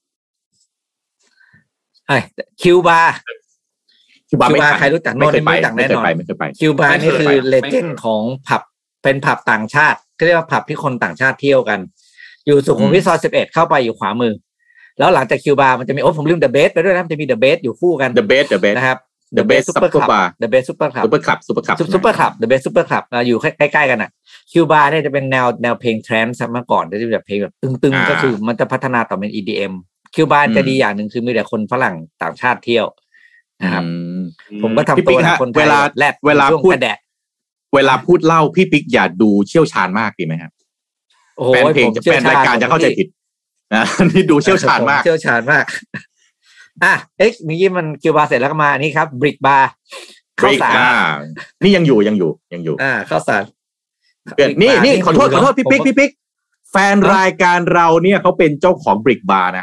คิวบาร์ใครรู้จักโน้นไม่รู้จักแน่นอนคิวบาร์นี่คือเลเจนด์ของผับเป็นผับต่างชาติเรียกว่าผับที่คนต่างชาติเที่ยวกันอยู่สุขุมวิทซอย11เข้าไปอยู่ขวามือแล้วหลังจากคิวบาร์มันจะมีผมลืมเดอะเบสไปด้วยนะมันจะมีเดอะเบสอยู่คู่กันเดอะเบสนะครับเดอะเบสซุปเปอร์คลับเดอะเบสซุปเปอร์คลับเดอะเบสซุปเปอร์คลับอยู่ใกล้ๆกันอ่ะคิวบาร์เนี่ยจะเป็นแนวเพลงแทรนซ์เมื่อก่อนจะแบบเพลงแบบตึงๆก็คือมันจะพัฒนาต่อเป็น EDM คิวบาร์จะดีอย่างหนึ่งคือมีแต่คนฝรั่งต่างชาติเที่ยวนะครับผมก็ทำตัวคนไทยเวลาพูดเล่าพี่ปิ๊กอย่าดูเชี่ยวชาญมากดีไหมครับแฟนเพลงแฟนรายการจะเข้าใจผิดนี่ดูเชี่ยวชาญมากนี่มันคิวบาร์เสร็จแล้วก็มาอันนี้ครับบริกบาร์ข้าวสารนี่ยังอยู่ข้าวสารนี่ขอโทษพี่ปิ๊กแฟนรายการเราเนี่ยเขาเป็นเจ้าของบริกบาร์นะ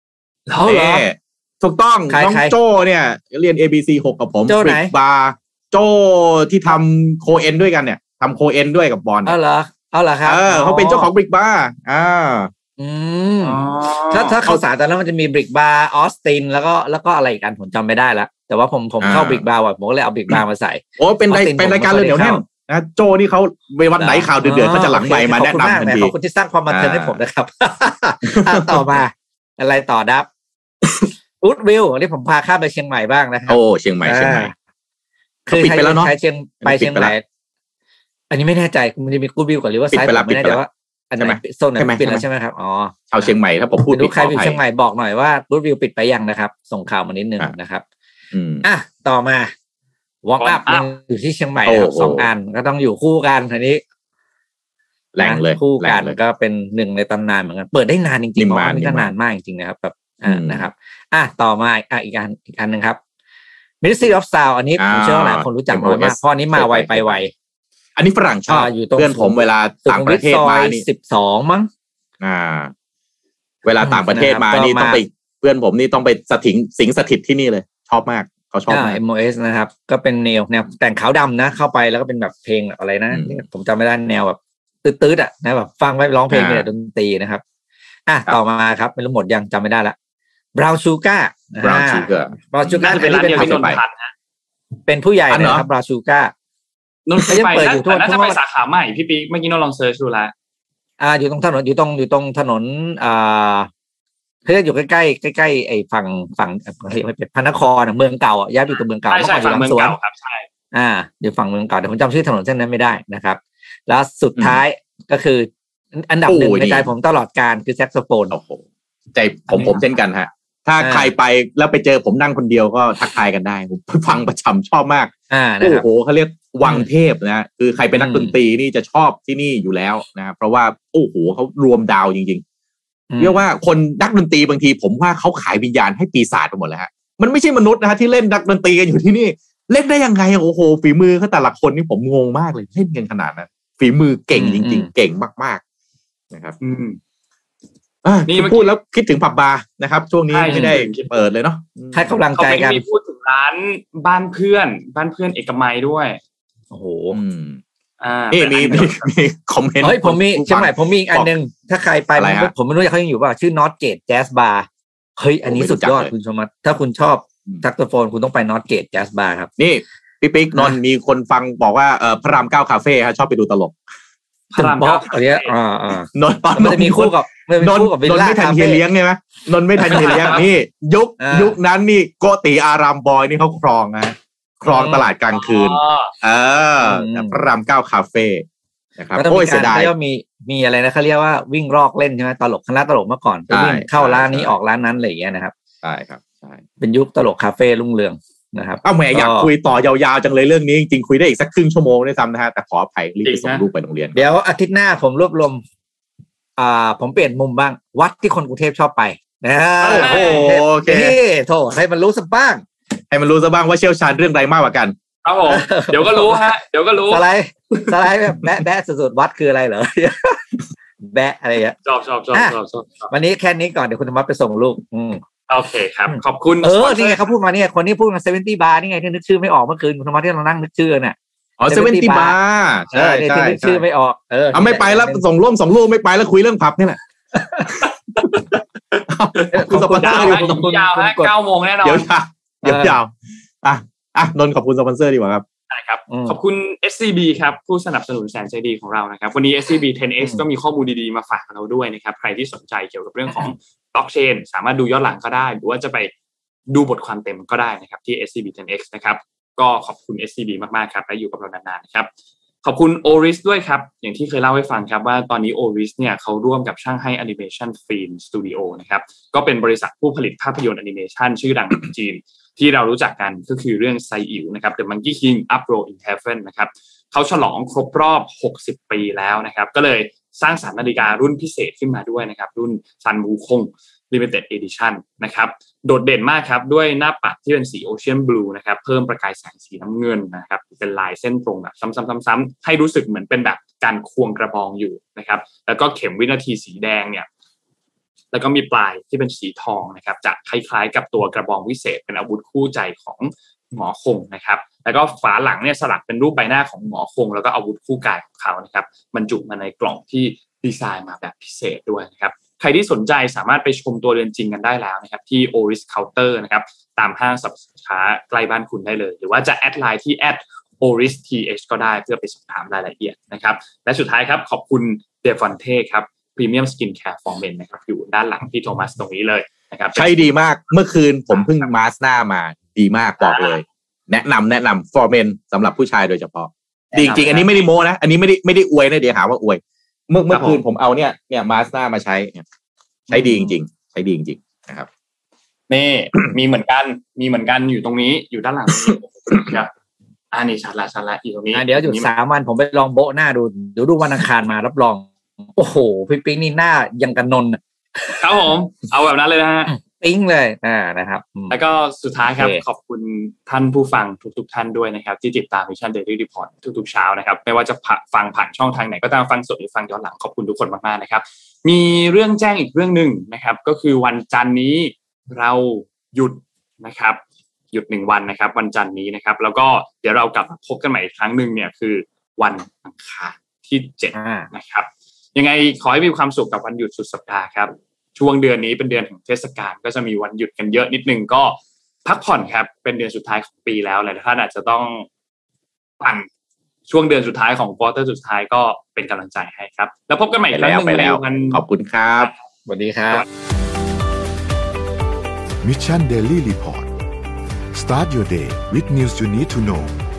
ถูกต้องน้องโจ้เนี่ยเรียน ABC 6กับผมบริกบาร์โจ้ที่ทำโคเอ็นด้วยกันเนี่ยทำโคเอ็นด้วยกับบอลเอาเหรอครับเขาเป็นเจ้าของบริกบาร์ถ้าข้าวสารตอนนั้นมันจะมีบริกบาร์ออสตินแล้วก็อะไรอีกอันผมจำไม่ได้แล้วแต่ว่าผมเข้าบิ๊กบาร์ผมก็เลยเอาบิ๊กบาร์มาใส่โอ้เป็นรายการเลยเหนียวแน่นนะโจนี่เขาไปวันไหนข่าวเดือดๆเขาจะหลังไมค์มาแนะนำทันทีขอบคุณที่สร้างความบันเทิงให้ผมนะครับต่อมาอะไรต่อดับอูดวิววันนี้ผมพาข้ามไปเชียงใหม่บ้างนะครับโอ้เชียงใหม่คือใครใช้เชียงใหม่อันนี้ไม่แน่ใจมันจะมีกูดวิวกับหรือว่าไซต์ผมไม่แน่ใจว่าอันไหนโซนไหนปิดแล้วใช่ไหมครับอ๋อชาวเชียงใหม่ถ้าผมพูดดูใครอยู่เชียงใหม่บอกหน่อยว่ากูดวิวปิดไปยังนะครับส่งข่าวมานิดนึงนะครับต่อมาวอล์กอัพอยู่ที่เชียงใหม่นะครับ2 อันก็ต้องอยู่คู่กันทีนี้แรงเลยคู่กันก็เป็นหนึ่งในตำนานเหมือนกันเปิดได้นานจริงๆมันก็นานมากจริงๆนะครับแบบนะครับต่อมาอีกอันนึงครับ Ministry of Sound อันนี้ผมเชื่อว่าหลายคนรู้จักน้อยมากเพราะนี้มาไวไปไวอันนี้ฝรั่งชอบเพื่อนผมเวลาต่างประเทศมานี่ 12มั้งเวลาต่างประเทศมานี่ต้องไปเพื่อนผมนี่ต้องไปสิงสถิตที่นี่เลยชอบมากเขาชอบมาก MOS นะครับก็เป็นแนวแต่งขาวดำนะเข้าไปแล้วก็เป็นแบบเพลงอะไรนะผมจำไม่ได้แนวแบบตืดๆนะแบบฟังไว้ร้องเพลงเนี่ยดนตรีนะครับต่อมาครับไม่รู้หมดยังจำไม่ได้ละ Brown Sugar เป็นร้านเดียวที่นนท์พันนะเป็นผู้ใหญ่นะครับ Brown Sugar นนท์ยังเปิดอยู่ทั่วน่าจะไปสาขาใหม่พี่ปิ๊กเมื่อกี้นนท์ลองเซิร์ชดูแล้วอยู่ตรงถนนอยู่ตรงถนนเขาจะอยู่ใกล้ไอ้ฝั่งเรียกว่าเป็นพระนครเมืองเก่าย้ายอยู่ตรงเมืองเก่าใช่ฝั่งเมืองเก่าครับใช่อยู่ฝั่งเมืองเก่าแต่ผมจำชื่อถนนเส้นนั้นไม่ได้นะครับแล้วสุดท้ายก็คืออันดับ1ในใจผมตลอดการคือแซกโซโฟนโอ้โหใจผมเช่นกันฮะถ้าใครไปแล้วไปเจอผมนั่งคนเดียวก็ทักทายกันได้ผมฟังประจำชอบมากโอ้โหเขาเรียกวังเทพนะคือใครเป็นนักดนตรีนี่จะชอบที่นี่อยู่แล้วนะเพราะว่าโอ้โหเขารวมดาวจริงๆเรียกว่าคนนักดนตรีบางทีผมว่าเขาขายวิญญาณให้ปีศาจไปหมดแล้วฮะมันไม่ใช่มนุษย์นะฮะที่เล่นนักดนตรีกันอยู่ที่นี่เล่นได้ยังไงโอ้โหฝีมือเขาแต่ละคนนี่ผมงงมากเลยเล่นกันขนาดนั้นฝีมือเก่งจริงๆเก่งมากๆนะครับนี่พูดแล้วคิดถึงผับบาร์นะครับช่วงนี้ไม่ได้เปิดเลยเนาะให้กำลังใจกันมีพูดถึงร้านบ้านเพื่อนเอกมัยด้วยโอ้โหนี่มีคอมเมนต์ผมมีเชียงใหม่ผมมีอีกอันนึงถ้าใครไปผมไม่รู้เขายังอยู่ป่ะชื่อ Northgate Jazz Bar เฮ้ยอันนี้สุดยอดคุณชมถ้าคุณชอบแซกโซโฟนคุณต้องไป Northgate Jazz Bar ครับนี่พี่ปิ๊กนนท์มีคนฟังบอกว่าพระราม9คาเฟ่ฮะชอบไปดูตลกพระราม9อันนี้นนท์มันจะมีคู่กับนนท์ไม่ทันเฮียเลี้ยงใช่ไหมนนท์ไม่ทันเฮียเลี้ยงนี่ยุคนั้นนี่โกติอารามบอยนี่เขาครองนะครองตลาดกลางคืนพระราม9คาเฟ่นะครับโอ้ยเสียดายก็มีอะไรนะเขาเรียกว่าวิ่งรอกเล่นใช่ไหมตลกคณะตลกเมื่อก่อนวิ่งเข้าร้านนี้ออกร้านนั้นอะไรอย่างเงี้ยนะครับใช่ครับใช่เป็นยุคตลกคาเฟ่รุ่งเรืองนะครับแหมอยากคุยต่อยาวๆจังเลยเรื่องนี้จริงๆคุยได้อีกสักครึ่งชั่วโมงด้วยซ้ำนะฮะแต่ขออภัยรีบไปส่งลูกไปโรงเรียนเดี๋ยวอาทิตย์หน้าผมรวบรวมผมเปลี่ยนมุมบ้างวัดที่คนกรุงเทพชอบไปโอ้โอเคโถให้มันรู้สักบ้างว่าเชี่ยวชาญเรื่องใดมากกว่ากันครับผมเดี๋ยวก็รู้ฮะเดี๋ยวก็รู้สไลด์แบบแบะสุดๆวัดคืออะไรเหรอแบะอะไรอ่ะชอบวันนี้แค่นี้ก่อนเดี๋ยวคุณธรรมะไปส่งลูกโอเคครับขอบคุณนี่ไงเขาพูดมาเนี่ยคนนี้พูดมา70 บาร์นี่ไงที่นึกชื่อไม่ออกเมื่อคืนคุณธรรมะที่เรานั่งนึกชื่อเนี่ย 70 บาร์ใช่ที่นึกชื่อไม่ออกเอาไม่ไปแล้วส่งร่วม2 ลูกไม่ไปแล้วคุยเรื่องผับนี่แหละคุณสปอนเซอร์ยาวฮะ9 โมงแน่นอนเดี๋ยวยาวนนท์ขอบคุณสปอนเซอร์ดีกว่าครับใช่ครับขอบคุณ SCB ครับผู้สนับสนุนแสนใจดีของเรานะครับวันนี้ SCB 10X ก็มีข้อมูลดีๆมาฝากเราด้วยนะครับใครที่สนใจเกี่ยวกับเรื่องของบล็อกเชนสามารถดูย้อนหลังก็ได้หรือว่าจะไปดูบทความเต็มก็ได้นะครับที่ SCB 10X นะครับก็ขอบคุณ SCB มากๆครับและอยู่กับเรานานๆนะครับขอบคุณ Oris ด้วยครับอย่างที่เคยเล่าให้ฟังครับว่าตอนนี้ Oris เนี่ยเขาร่วมกับช่างให้ Animation Film Studio นะครับก็เป็นบริษัทผู้ผลิตภาพยนตร์แอนิเมชันชื่อดังของจีนที่เรารู้จักกันก็คือเรื่องไซอิ๋วนะครับ The Monkey King Uproar in Heaven นะครับเขาฉลองครบรอบ60 ปีแล้วนะครับก็เลยสร้างสรรค์นาฬิการุ่นพิเศษขึ้นมาด้วยนะครับรุ่นซันวูคง Limited Edition นะครับโดดเด่นมากครับด้วยหน้าปัดที่เป็นสี Ocean Blue นะครับเพิ่มประกายแสงสีน้ำเงินนะครับเป็นลายเส้นตรงแบบซ้ำๆๆให้รู้สึกเหมือนเป็นแบบการควงกระบองอยู่นะครับแล้วก็เข็มวินาทีสีแดงเนี่ยแล้วก็มีปลายที่เป็นสีทองนะครับจะคล้ายๆกับตัวกระบองวิเศษเป็นอาวุธคู่ใจของหมอคงนะครับแล้วก็ฝาหลังเนี่ยสลักเป็นรูปใบหน้าของหมอคงแล้วก็อาวุธคู่กายของเขานะครับบรรจุมาในกล่องที่ดีไซน์มาแบบพิเศษด้วยนะครับใครที่สนใจสามารถไปชมตัวเรือนจริงกันได้แล้วนะครับที่ Oris Counter นะครับตามห้างสรรพสินค้าใกล้บ้านคุณได้เลยหรือว่าจะแอดไลน์ที่ @oristh ก็ได้เพื่อไปสอบถามรายละเอียดนะครับและสุดท้ายครับขอบคุณเดฟอนเท่ครับพรีเมียมสกินแคร์ฟอร์เมนนะครับอยู่ด้านหลังพี่โทมัสตรงนี้เลยนะครับใช่ดีมากเมื่อคืนผมเพิ่งมาสหน้ามาดีมากบอกเลยแนะนำฟอร์เมนสำหรับผู้ชายโดยเฉพาะจริงๆอันนี้ไม่ได้โม้นะอันนี้ไม่ได้อวยนะเดี๋ยวหาว่าอวยเมื่อคืนผมเอาเนี่ยมาสหน้ามาใช้ดีจริงๆใช้ดีจริงๆนะครับนี่มีเหมือนกันอยู่ตรงนี้อยู่ด้านหลังนี้นี่ชัดละอีกตรงนี้เดี๋ยวหยุด3 วันผมไปลองโบะหน้าดูเดี๋ยวดูวันอังคารมารับรองโอ้โหพี่ปิ๊งนี่หน้ายังกันนนครับผมเอาแบบนั้นเลยนะฮะปิ๊งเลยนะครับแล้วก็สุดท้ายครับขอบคุณท่านผู้ฟังทุกท่านด้วยนะครับที่ติดตาม Mission Daily Report ทุกๆเช้านะครับไม่ว่าจะฟังผ่านช่องทางไหนก็ตามฟังสดหรือฟังย้อนหลังขอบคุณทุกคนมากๆนะครับมีเรื่องแจ้งอีกเรื่องนึงนะครับก็คือวันจันทร์นี้เราหยุดนะครับหยุด1 วันนะครับวันจันทร์นี้นะครับแล้วก็เดี๋ยวเรากลับมาพบกันใหม่อีกครั้งนึงเนี่ยคือวันอังคารที่7นะครับยังไงขอให้มีความสุขกับวันหยุดสุดสัปดาห์ครับช่วงเดือนนี้เป็นเดือนแห่งเทศกาลก็จะมีวันหยุดกันเยอะนิดนึงก็พักผ่อนครับเป็นเดือนสุดท้ายของปีแล้วหลายท่านอาจจะต้องปั่นช่วงเดือนสุดท้ายของควอเตอร์สุดท้ายก็เป็นกำลังใจให้ครับแล้วพบกันใหม่ครั้งนึงในวันขอบคุณครับสวัสดีครับ Mission Daily Report Start your day with news you need to know